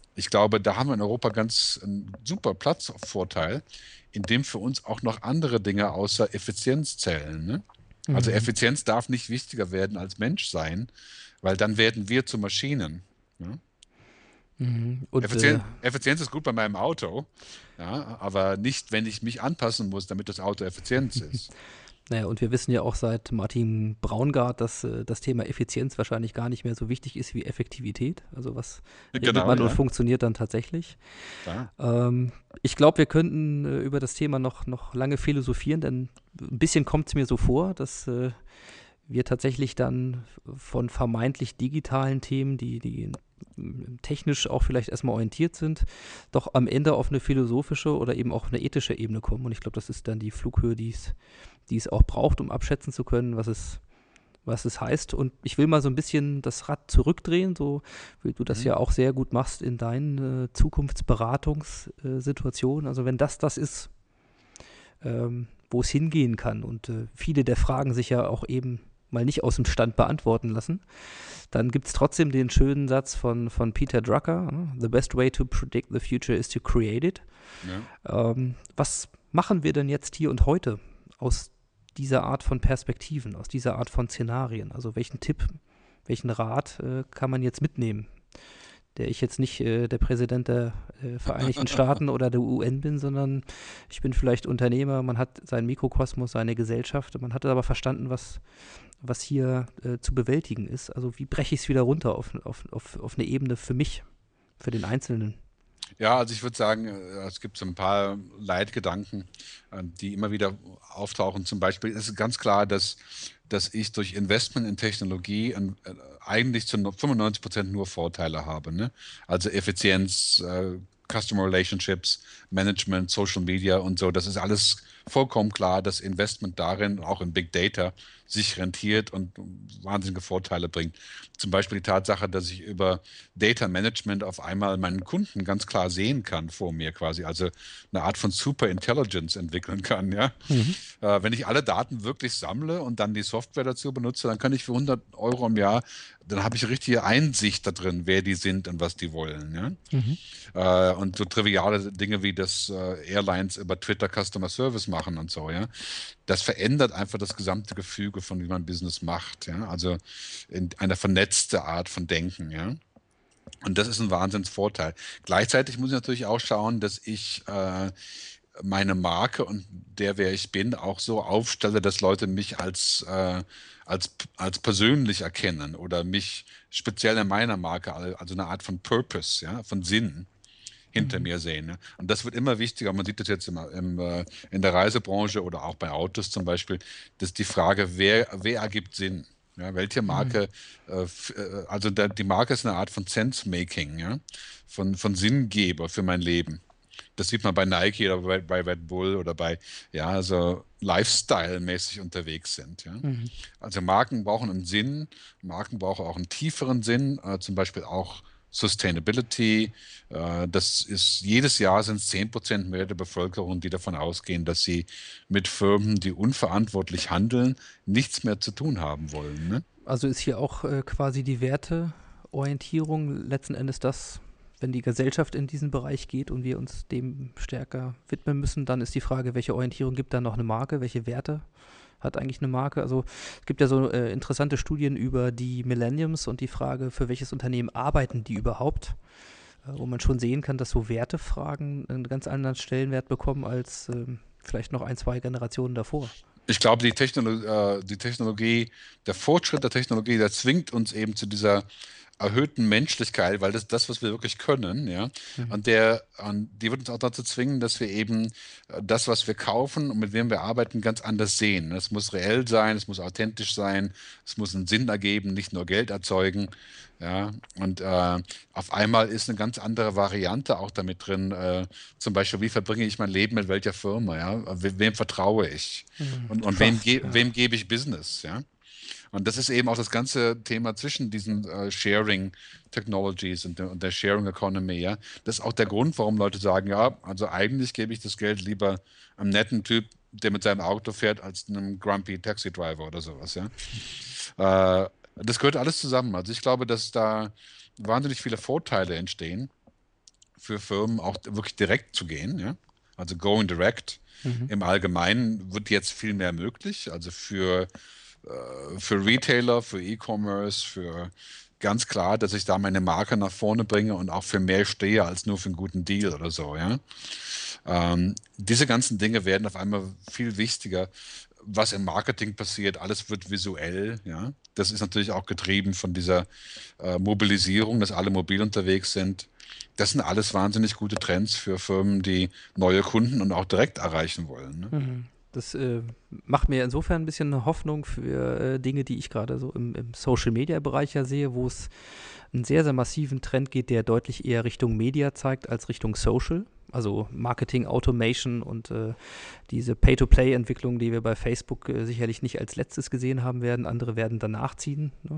Ich glaube, da haben wir in Europa ganz einen super Platzvorteil, in dem für uns auch noch andere Dinge außer Effizienz zählen. Ne? Also Mhm. Effizienz darf nicht wichtiger werden als Menschsein, weil dann werden wir zu Maschinen. Ne? Mhm. Und äh, Effizienz, Effizienz ist gut bei meinem Auto, ja, aber nicht, wenn ich mich anpassen muss, damit das Auto effizient ist. naja, und wir wissen ja auch seit Martin Braungart, dass äh, das Thema Effizienz wahrscheinlich gar nicht mehr so wichtig ist wie Effektivität. Also was redet Genau, man und ja. funktioniert dann tatsächlich. Klar. Ähm, ich glaube, wir könnten äh, über das Thema noch, noch lange philosophieren, denn ein bisschen kommt es mir so vor, dass äh, wir tatsächlich dann von vermeintlich digitalen Themen, die, die mm, technisch auch vielleicht erstmal orientiert sind, doch am Ende auf eine philosophische oder eben auch eine ethische Ebene kommen. Und ich glaube, das ist dann die Flughöhe, die es, die es auch braucht, um abschätzen zu können, was es, was es heißt. Und ich will mal so ein bisschen das Rad zurückdrehen, so wie du das Mhm. ja auch sehr gut machst in deinen äh, Zukunftsberatungssituationen. Also wenn das das ist, ähm, wo es hingehen kann und äh, viele der Fragen sich ja auch eben mal nicht aus dem Stand beantworten lassen, dann gibt es trotzdem den schönen Satz von, von Peter Drucker, ne? The best way to predict the future is to create it. Ja. Ähm, was machen wir denn jetzt hier und heute aus dieser Art von Perspektiven, aus dieser Art von Szenarien? Also welchen Tipp, welchen Rat äh, kann man jetzt mitnehmen? Der ich jetzt nicht äh, der Präsident der äh, Vereinigten Staaten oder der U N bin, sondern ich bin vielleicht Unternehmer, man hat seinen Mikrokosmos, seine Gesellschaft, man hat aber verstanden, was, was hier äh, zu bewältigen ist. Also wie breche ich es wieder runter auf, auf, auf, auf eine Ebene für mich, für den Einzelnen? Ja, also ich würde sagen, äh, es gibt so ein paar Leitgedanken, äh, die immer wieder auftauchen. Zum Beispiel ist es ganz klar, dass, dass ich durch Investment in Technologie ein, äh, eigentlich zu fünfundneunzig Prozent nur Vorteile habe. Ne? Also Effizienz, äh, Customer Relationships, Management, Social Media und so. Das ist alles vollkommen klar, dass Investment darin, auch in Big Data, sich rentiert und wahnsinnige Vorteile bringt. Zum Beispiel die Tatsache, dass ich über Data Management auf einmal meinen Kunden ganz klar sehen kann vor mir quasi, also eine Art von Super Intelligence entwickeln kann. Ja? Mhm. Äh, wenn ich alle Daten wirklich sammle und dann die Software dazu benutze, dann kann ich für hundert Euro im Jahr, dann habe ich richtige Einsicht da drin, wer die sind und was die wollen. Ja? Mhm. Äh, und so triviale Dinge wie das äh, Airlines über Twitter Customer Service machen und so, ja. Das verändert einfach das gesamte Gefüge von wie man Business macht, ja. Also in eine vernetzte Art von Denken, ja. Und das ist ein Wahnsinnsvorteil. Gleichzeitig muss ich natürlich auch schauen, dass ich äh, meine Marke und der, wer ich bin, auch so aufstelle, dass Leute mich als, äh, als, als persönlich erkennen oder mich speziell in meiner Marke, also eine Art von Purpose, ja, von Sinn hinter Mhm. mir sehen. Ne? Und das wird immer wichtiger. Man sieht das jetzt im, im, äh, in der Reisebranche oder auch bei Autos zum Beispiel, dass die Frage, wer, wer ergibt Sinn? Ja, welche Marke, äh, f- äh, also der, die Marke ist eine Art von Sense-Making, ja? von, von Sinngeber für mein Leben. Das sieht man bei Nike oder bei, bei Red Bull oder bei, ja, so Lifestyle-mäßig unterwegs sind. Ja? Mhm. Also Marken brauchen einen Sinn, Marken brauchen auch einen tieferen Sinn, äh, zum Beispiel auch Sustainability. Äh, das ist, jedes Jahr sind es zehn Prozent mehr der Bevölkerung, die davon ausgehen, dass sie mit Firmen, die unverantwortlich handeln, nichts mehr zu tun haben wollen. Ne? Also ist hier auch äh, quasi die Werteorientierung letzten Endes das, wenn die Gesellschaft in diesen Bereich geht und wir uns dem stärker widmen müssen, dann ist die Frage, welche Orientierung gibt da noch eine Marke, welche Werte hat eigentlich eine Marke? Also es gibt ja so äh, interessante Studien über die Millenniums und die Frage, für welches Unternehmen arbeiten die überhaupt, äh, wo man schon sehen kann, dass so Wertefragen einen ganz anderen Stellenwert bekommen als ähm, vielleicht noch ein, zwei Generationen davor. Ich glaube, die, Technolo äh, die Technologie, der Fortschritt der Technologie, der zwingt uns eben zu dieser erhöhten Menschlichkeit, weil das ist das, was wir wirklich können, ja. Mhm. Und der, und die wird uns auch dazu zwingen, dass wir eben äh, das, was wir kaufen und mit wem wir arbeiten, ganz anders sehen. Es muss reell sein, es muss authentisch sein, es muss einen Sinn ergeben, nicht nur Geld erzeugen, ja. Und äh, auf einmal ist eine ganz andere Variante auch damit drin. Äh, zum Beispiel, wie verbringe ich mein Leben mit welcher Firma, ja? We wem vertraue ich? Mhm. Und, und wem, Trust, ge ja. wem gebe ich Business, ja? Und das ist eben auch das ganze Thema zwischen diesen äh, Sharing Technologies und, der- und der Sharing Economy, ja. Das ist auch der Grund, warum Leute sagen, ja, also eigentlich gebe ich das Geld lieber einem netten Typ, der mit seinem Auto fährt, als einem grumpy Taxi Driver oder sowas, ja. Äh, das gehört alles zusammen. Also ich glaube, dass da wahnsinnig viele Vorteile entstehen. für Firmen auch wirklich direkt zu gehen, ja? Also going direct. Mhm. Im Allgemeinen wird jetzt viel mehr möglich, also für, äh, für Retailer, für E-Commerce, für ganz klar, dass ich da meine Marke nach vorne bringe und auch für mehr stehe als nur für einen guten Deal oder so, ja. Ähm, diese ganzen Dinge werden auf einmal viel wichtiger. Was im Marketing passiert, alles wird visuell, ja. Das ist natürlich auch getrieben von dieser äh, Mobilisierung, dass alle mobil unterwegs sind. Das sind alles wahnsinnig gute Trends für Firmen, die neue Kunden und auch direkt erreichen wollen. Ne? Mhm. Das äh, macht mir insofern ein bisschen Hoffnung für äh, Dinge, die ich gerade so im, im Social-Media-Bereich ja sehe, wo es einen sehr, sehr massiven Trend geht, der deutlich eher Richtung Media zeigt als Richtung Social. Also Marketing, Automation und äh, diese Pay-to-Play-Entwicklung, die wir bei Facebook äh, sicherlich nicht als letztes gesehen haben werden. Andere werden danach ziehen. Ne?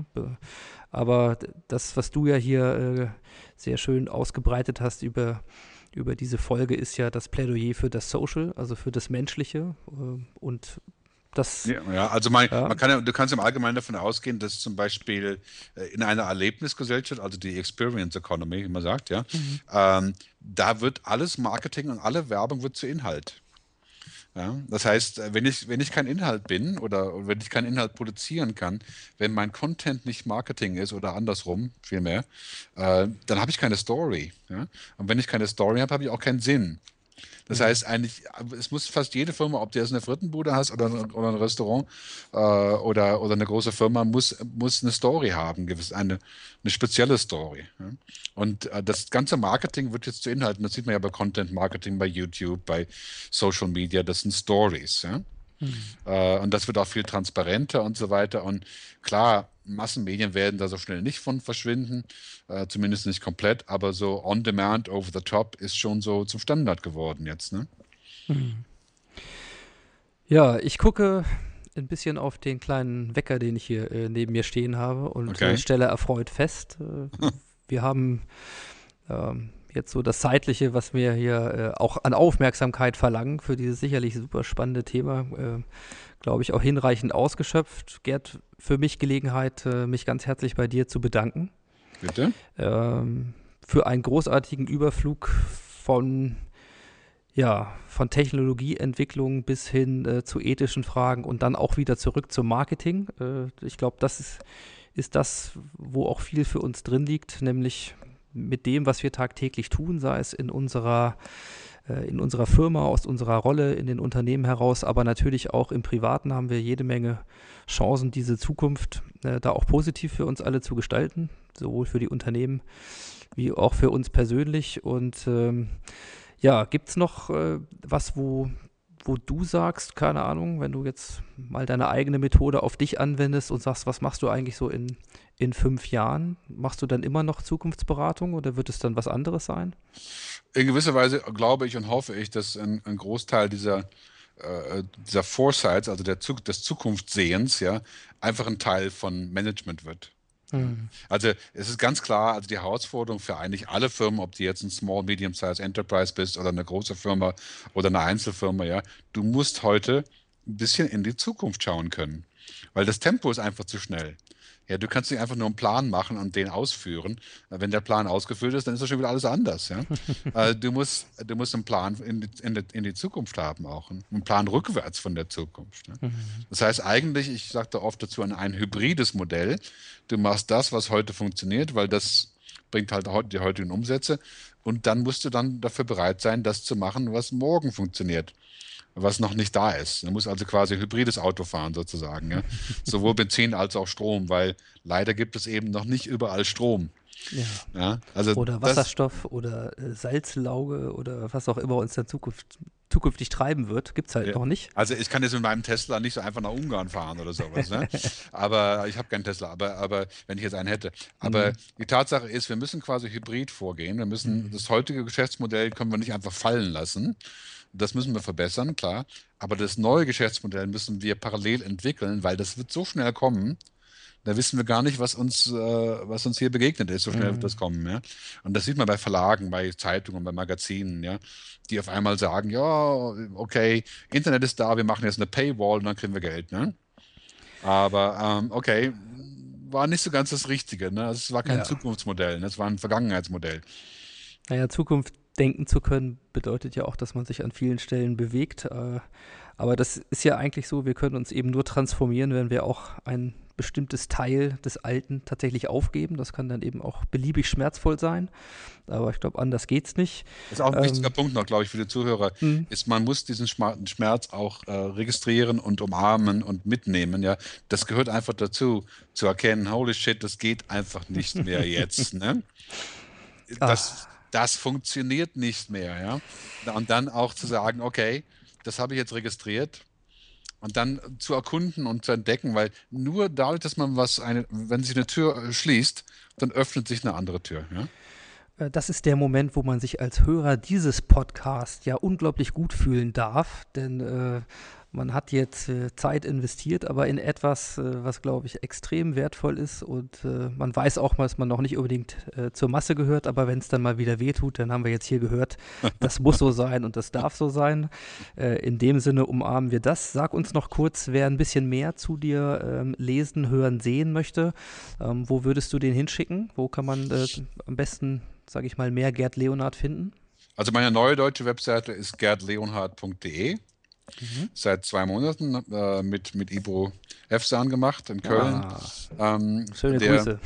Aber das, was du ja hier äh, sehr schön ausgebreitet hast über über diese Folge, ist ja das Plädoyer für das Social, also für das Menschliche äh, und das... Ja, ja, also man, ja. man kann ja, du kannst im Allgemeinen davon ausgehen, dass zum Beispiel äh, in einer Erlebnisgesellschaft, also die Experience Economy, wie man sagt, ja, Mhm. ähm, da wird alles Marketing und alle Werbung wird zu Inhalt. Ja, das heißt, äh, wenn ich, wenn ich kein Inhalt bin oder wenn ich keinen Inhalt produzieren kann, wenn mein Content nicht Marketing ist oder andersrum, vielmehr, äh, dann habe ich keine Story. Ja? Und wenn ich keine Story habe, habe ich auch keinen Sinn. Das heißt eigentlich, es muss fast jede Firma, ob du jetzt eine Frittenbude hast oder, oder ein Restaurant äh, oder, oder eine große Firma, muss, muss eine Story haben, gewiss, eine, eine spezielle Story. Ja? Und äh, das ganze Marketing wird jetzt zu Inhalten, das sieht man ja bei Content Marketing, bei YouTube, bei Social Media, das sind Stories. Ja? Äh, und das wird auch viel transparenter und so weiter. Und klar, Massenmedien werden da so schnell nicht von verschwinden, äh, zumindest nicht komplett, aber so on demand, over the top ist schon so zum Standard geworden jetzt, ne? Ja, ich gucke ein bisschen auf den kleinen Wecker, den ich hier äh, neben mir stehen habe und Okay. äh, stelle erfreut fest, äh, wir haben ähm, jetzt so das Zeitliche, was wir hier äh, auch an Aufmerksamkeit verlangen für dieses sicherlich super spannende Thema, äh, glaube ich, auch hinreichend ausgeschöpft. Gerd, für mich Gelegenheit, äh, mich ganz herzlich bei dir zu bedanken. Bitte? Ähm, für einen großartigen Überflug von, ja, von Technologieentwicklung bis hin äh, zu ethischen Fragen und dann auch wieder zurück zum Marketing. Äh, ich glaube, das ist, ist das, wo auch viel für uns drin liegt, nämlich mit dem, was wir tagtäglich tun, sei es in unserer, äh, in unserer Firma, aus unserer Rolle in den Unternehmen heraus, aber natürlich auch im Privaten haben wir jede Menge Chancen, diese Zukunft äh, da auch positiv für uns alle zu gestalten, sowohl für die Unternehmen wie auch für uns persönlich. Und ähm, ja, gibt es noch äh, was, wo, wo du sagst, keine Ahnung, wenn du jetzt mal deine eigene Methode auf dich anwendest und sagst, was machst du eigentlich so in, in fünf Jahren? Machst du dann immer noch Zukunftsberatung oder wird es dann was anderes sein? In gewisser Weise glaube ich und hoffe ich, dass ein, ein Großteil dieser, äh, dieser Foresights, also der, Zuk- des Zukunftssehens, ja, einfach ein Teil von Management wird. Mhm. Also es ist ganz klar, also die Herausforderung für eigentlich alle Firmen, ob du jetzt ein Small, Medium-Size Enterprise bist oder eine große Firma oder eine Einzelfirma, ja, du musst heute ein bisschen in die Zukunft schauen können, weil das Tempo ist einfach zu schnell. Ja, du kannst nicht einfach nur einen Plan machen und den ausführen. Wenn der Plan ausgeführt ist, dann ist das schon wieder alles anders. Ja? Äh, du musst, du musst einen Plan in die, in, die, in die Zukunft haben auch. Einen Plan rückwärts von der Zukunft. Ne? Das heißt eigentlich, ich sage da oft dazu, ein, ein hybrides Modell. Du machst das, was heute funktioniert, weil das bringt halt heute die heutigen Umsätze. Und dann musst du dann dafür bereit sein, das zu machen, was morgen funktioniert, was noch nicht da ist. Du musst also quasi hybrides Auto fahren sozusagen. Ja? Sowohl Benzin als auch Strom, weil leider gibt es eben noch nicht überall Strom. Ja. Ja? Also Oder das, Wasserstoff oder äh, Salzlauge oder was auch immer uns dann Zukunft, zukünftig treiben wird, gibt es halt Ja. noch nicht. Also ich kann jetzt mit meinem Tesla nicht so einfach nach Ungarn fahren oder sowas. Ne? Aber ich habe keinen Tesla, aber, aber wenn ich jetzt einen hätte. Aber die Tatsache ist, wir müssen quasi hybrid vorgehen. Wir müssen das heutige Geschäftsmodell können wir nicht einfach fallen lassen. Das müssen wir verbessern, klar. Aber das neue Geschäftsmodell müssen wir parallel entwickeln, weil das wird so schnell kommen. Da wissen wir gar nicht, was uns, äh, was uns hier begegnet ist. So schnell wird das kommen. Ja? Und das sieht man bei Verlagen, bei Zeitungen, bei Magazinen, ja, die auf einmal sagen, ja, okay, Internet ist da, wir machen jetzt eine Paywall und dann kriegen wir Geld. Ne? Aber ähm, okay, war nicht so ganz das Richtige. Ne? Es war kein Ja. Zukunftsmodell, ne? Es war ein Vergangenheitsmodell. Naja, Zukunft denken zu können, bedeutet ja auch, dass man sich an vielen Stellen bewegt. Äh, aber das ist ja eigentlich so, wir können uns eben nur transformieren, wenn wir auch ein bestimmtes Teil des Alten tatsächlich aufgeben. Das kann dann eben auch beliebig schmerzvoll sein. Aber ich glaube, anders geht's nicht. Das ist auch ein wichtiger Ähm, Punkt noch, glaube ich, für die Zuhörer, Mhm. ist, man muss diesen Schma- Schmerz auch äh, registrieren und umarmen und mitnehmen. Ja, das gehört einfach dazu, zu erkennen, holy shit, das geht einfach nicht mehr jetzt. Ne? Das, das funktioniert nicht mehr. Ja? Und dann auch zu sagen, okay, das habe ich jetzt registriert. Und dann zu erkunden und zu entdecken, weil nur dadurch, dass man was, eine, wenn sich eine Tür äh, schließt, dann öffnet sich eine andere Tür. Ja? Äh, Das ist der Moment, wo man sich als Hörer dieses Podcasts ja unglaublich gut fühlen darf, denn äh, man hat jetzt äh, Zeit investiert, aber in etwas, äh, was, glaube ich, extrem wertvoll ist und äh, man weiß auch mal, dass man noch nicht unbedingt äh, zur Masse gehört, aber wenn es dann mal wieder wehtut, dann haben wir jetzt hier gehört, das muss so sein und das darf so sein. Äh, in dem Sinne umarmen wir das. Sag uns noch kurz, wer ein bisschen mehr zu dir ähm, lesen, hören, sehen möchte, ähm, wo würdest du den hinschicken? Wo kann man äh, am besten, sage ich mal, mehr Gerd Leonhard finden? Also meine neue deutsche Webseite ist gerd leonhard punkt de. Seit zwei Monaten äh, mit, mit Ibro Efsan gemacht in Köln. Ah, Ähm, schöne der, Grüße.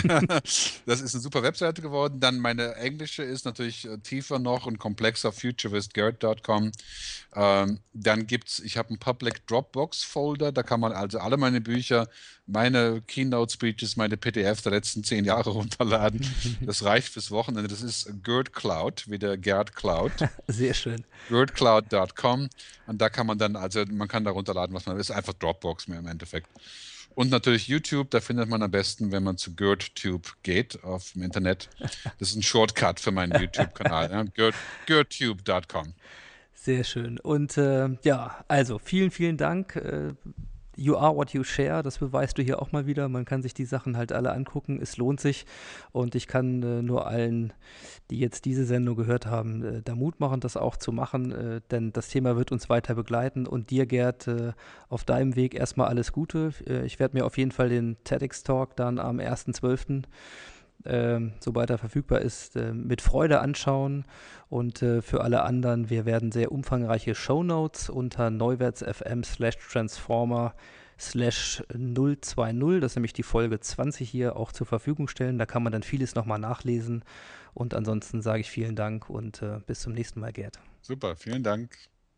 Das ist eine super Webseite geworden. Dann meine englische ist natürlich äh, tiefer noch und komplexer, futurist gerd punkt com. Ähm, dann gibt es, ich habe einen Public Dropbox Folder, da kann man also alle meine Bücher, meine Keynote Speeches, meine P D Fs der letzten zehn Jahre runterladen. Das reicht fürs Wochenende. Das ist Gerd Cloud, wie der Gerd Cloud. Sehr schön. gerd cloud punkt com. Und da kann man dann, also man kann da runterladen, was man will. Ist einfach Dropbox mehr im Endeffekt. Und natürlich YouTube, da findet man am besten, wenn man zu GerdTube geht auf dem Internet. Das ist ein Shortcut für meinen YouTube-Kanal. Ja? Gerd, gerdtube punkt com. Sehr schön. Und äh, ja, also vielen, vielen Dank. Äh, You are what you share, das beweist du hier auch mal wieder. Man kann sich die Sachen halt alle angucken, es lohnt sich. Und ich kann äh, nur allen, die jetzt diese Sendung gehört haben, äh, da Mut machen, das auch zu machen, äh, denn das Thema wird uns weiter begleiten. Und dir, Gerd, äh, auf deinem Weg erstmal alles Gute. Äh, ich werde mir auf jeden Fall den TEDx-Talk dann am ersten zwölften Ähm, sobald er verfügbar ist, äh, mit Freude anschauen. Und äh, für alle anderen, wir werden sehr umfangreiche Shownotes unter neuwärts.fm slash transformer slash null zwei null, das ist nämlich die Folge zwanzig hier, auch zur Verfügung stellen. Da kann man dann vieles nochmal nachlesen. Und ansonsten sage ich vielen Dank und äh, bis zum nächsten Mal, Gerd. Super, vielen Dank.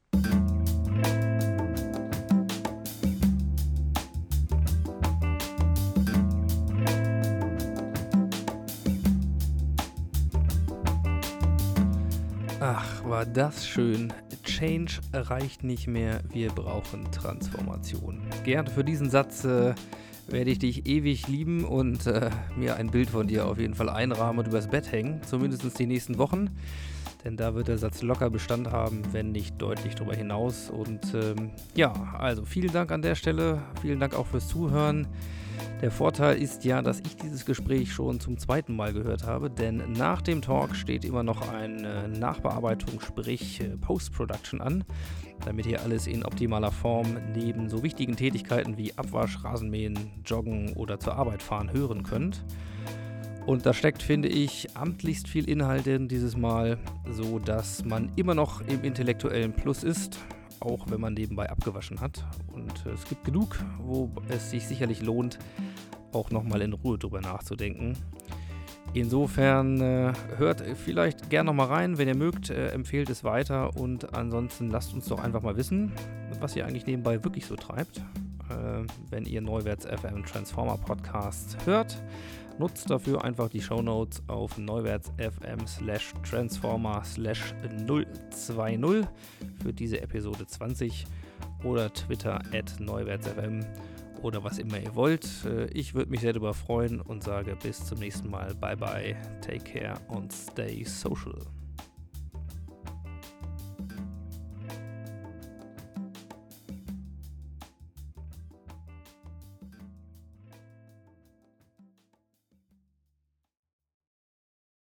Ach, war das schön. Change reicht nicht mehr, wir brauchen Transformation. Gerd, für diesen Satz äh, werde ich dich ewig lieben und äh, mir ein Bild von dir auf jeden Fall einrahmen und übers Bett hängen, zumindest die nächsten Wochen. Denn da wird der Satz locker Bestand haben, wenn nicht deutlich darüber hinaus. Und ähm, ja, also vielen Dank an der Stelle, vielen Dank auch fürs Zuhören. Der Vorteil ist ja, dass ich dieses Gespräch schon zum zweiten Mal gehört habe, denn nach dem Talk steht immer noch eine Nachbearbeitung, sprich äh, Post-Production an, damit ihr alles in optimaler Form neben so wichtigen Tätigkeiten wie Abwasch, Rasenmähen, Joggen oder zur Arbeit fahren hören könnt. Und da steckt, finde ich, amtlichst viel Inhalt drin dieses Mal, so dass man immer noch im intellektuellen Plus ist, auch wenn man nebenbei abgewaschen hat. Und äh, es gibt genug, wo es sich sicherlich lohnt, auch nochmal in Ruhe drüber nachzudenken. Insofern äh, hört vielleicht gerne nochmal rein, wenn ihr mögt, äh, empfehlt es weiter und ansonsten lasst uns doch einfach mal wissen, was ihr eigentlich nebenbei wirklich so treibt. Äh, wenn ihr Neuwärts.F M Transformer Podcast hört, nutzt dafür einfach die Shownotes auf neuwärts.fm slash transformer slash null zwei null für diese Episode zwanzig oder Twitter at neuwärts.fm oder was immer ihr wollt. Ich würde mich sehr darüber freuen und sage bis zum nächsten Mal. Bye bye, take care und stay social.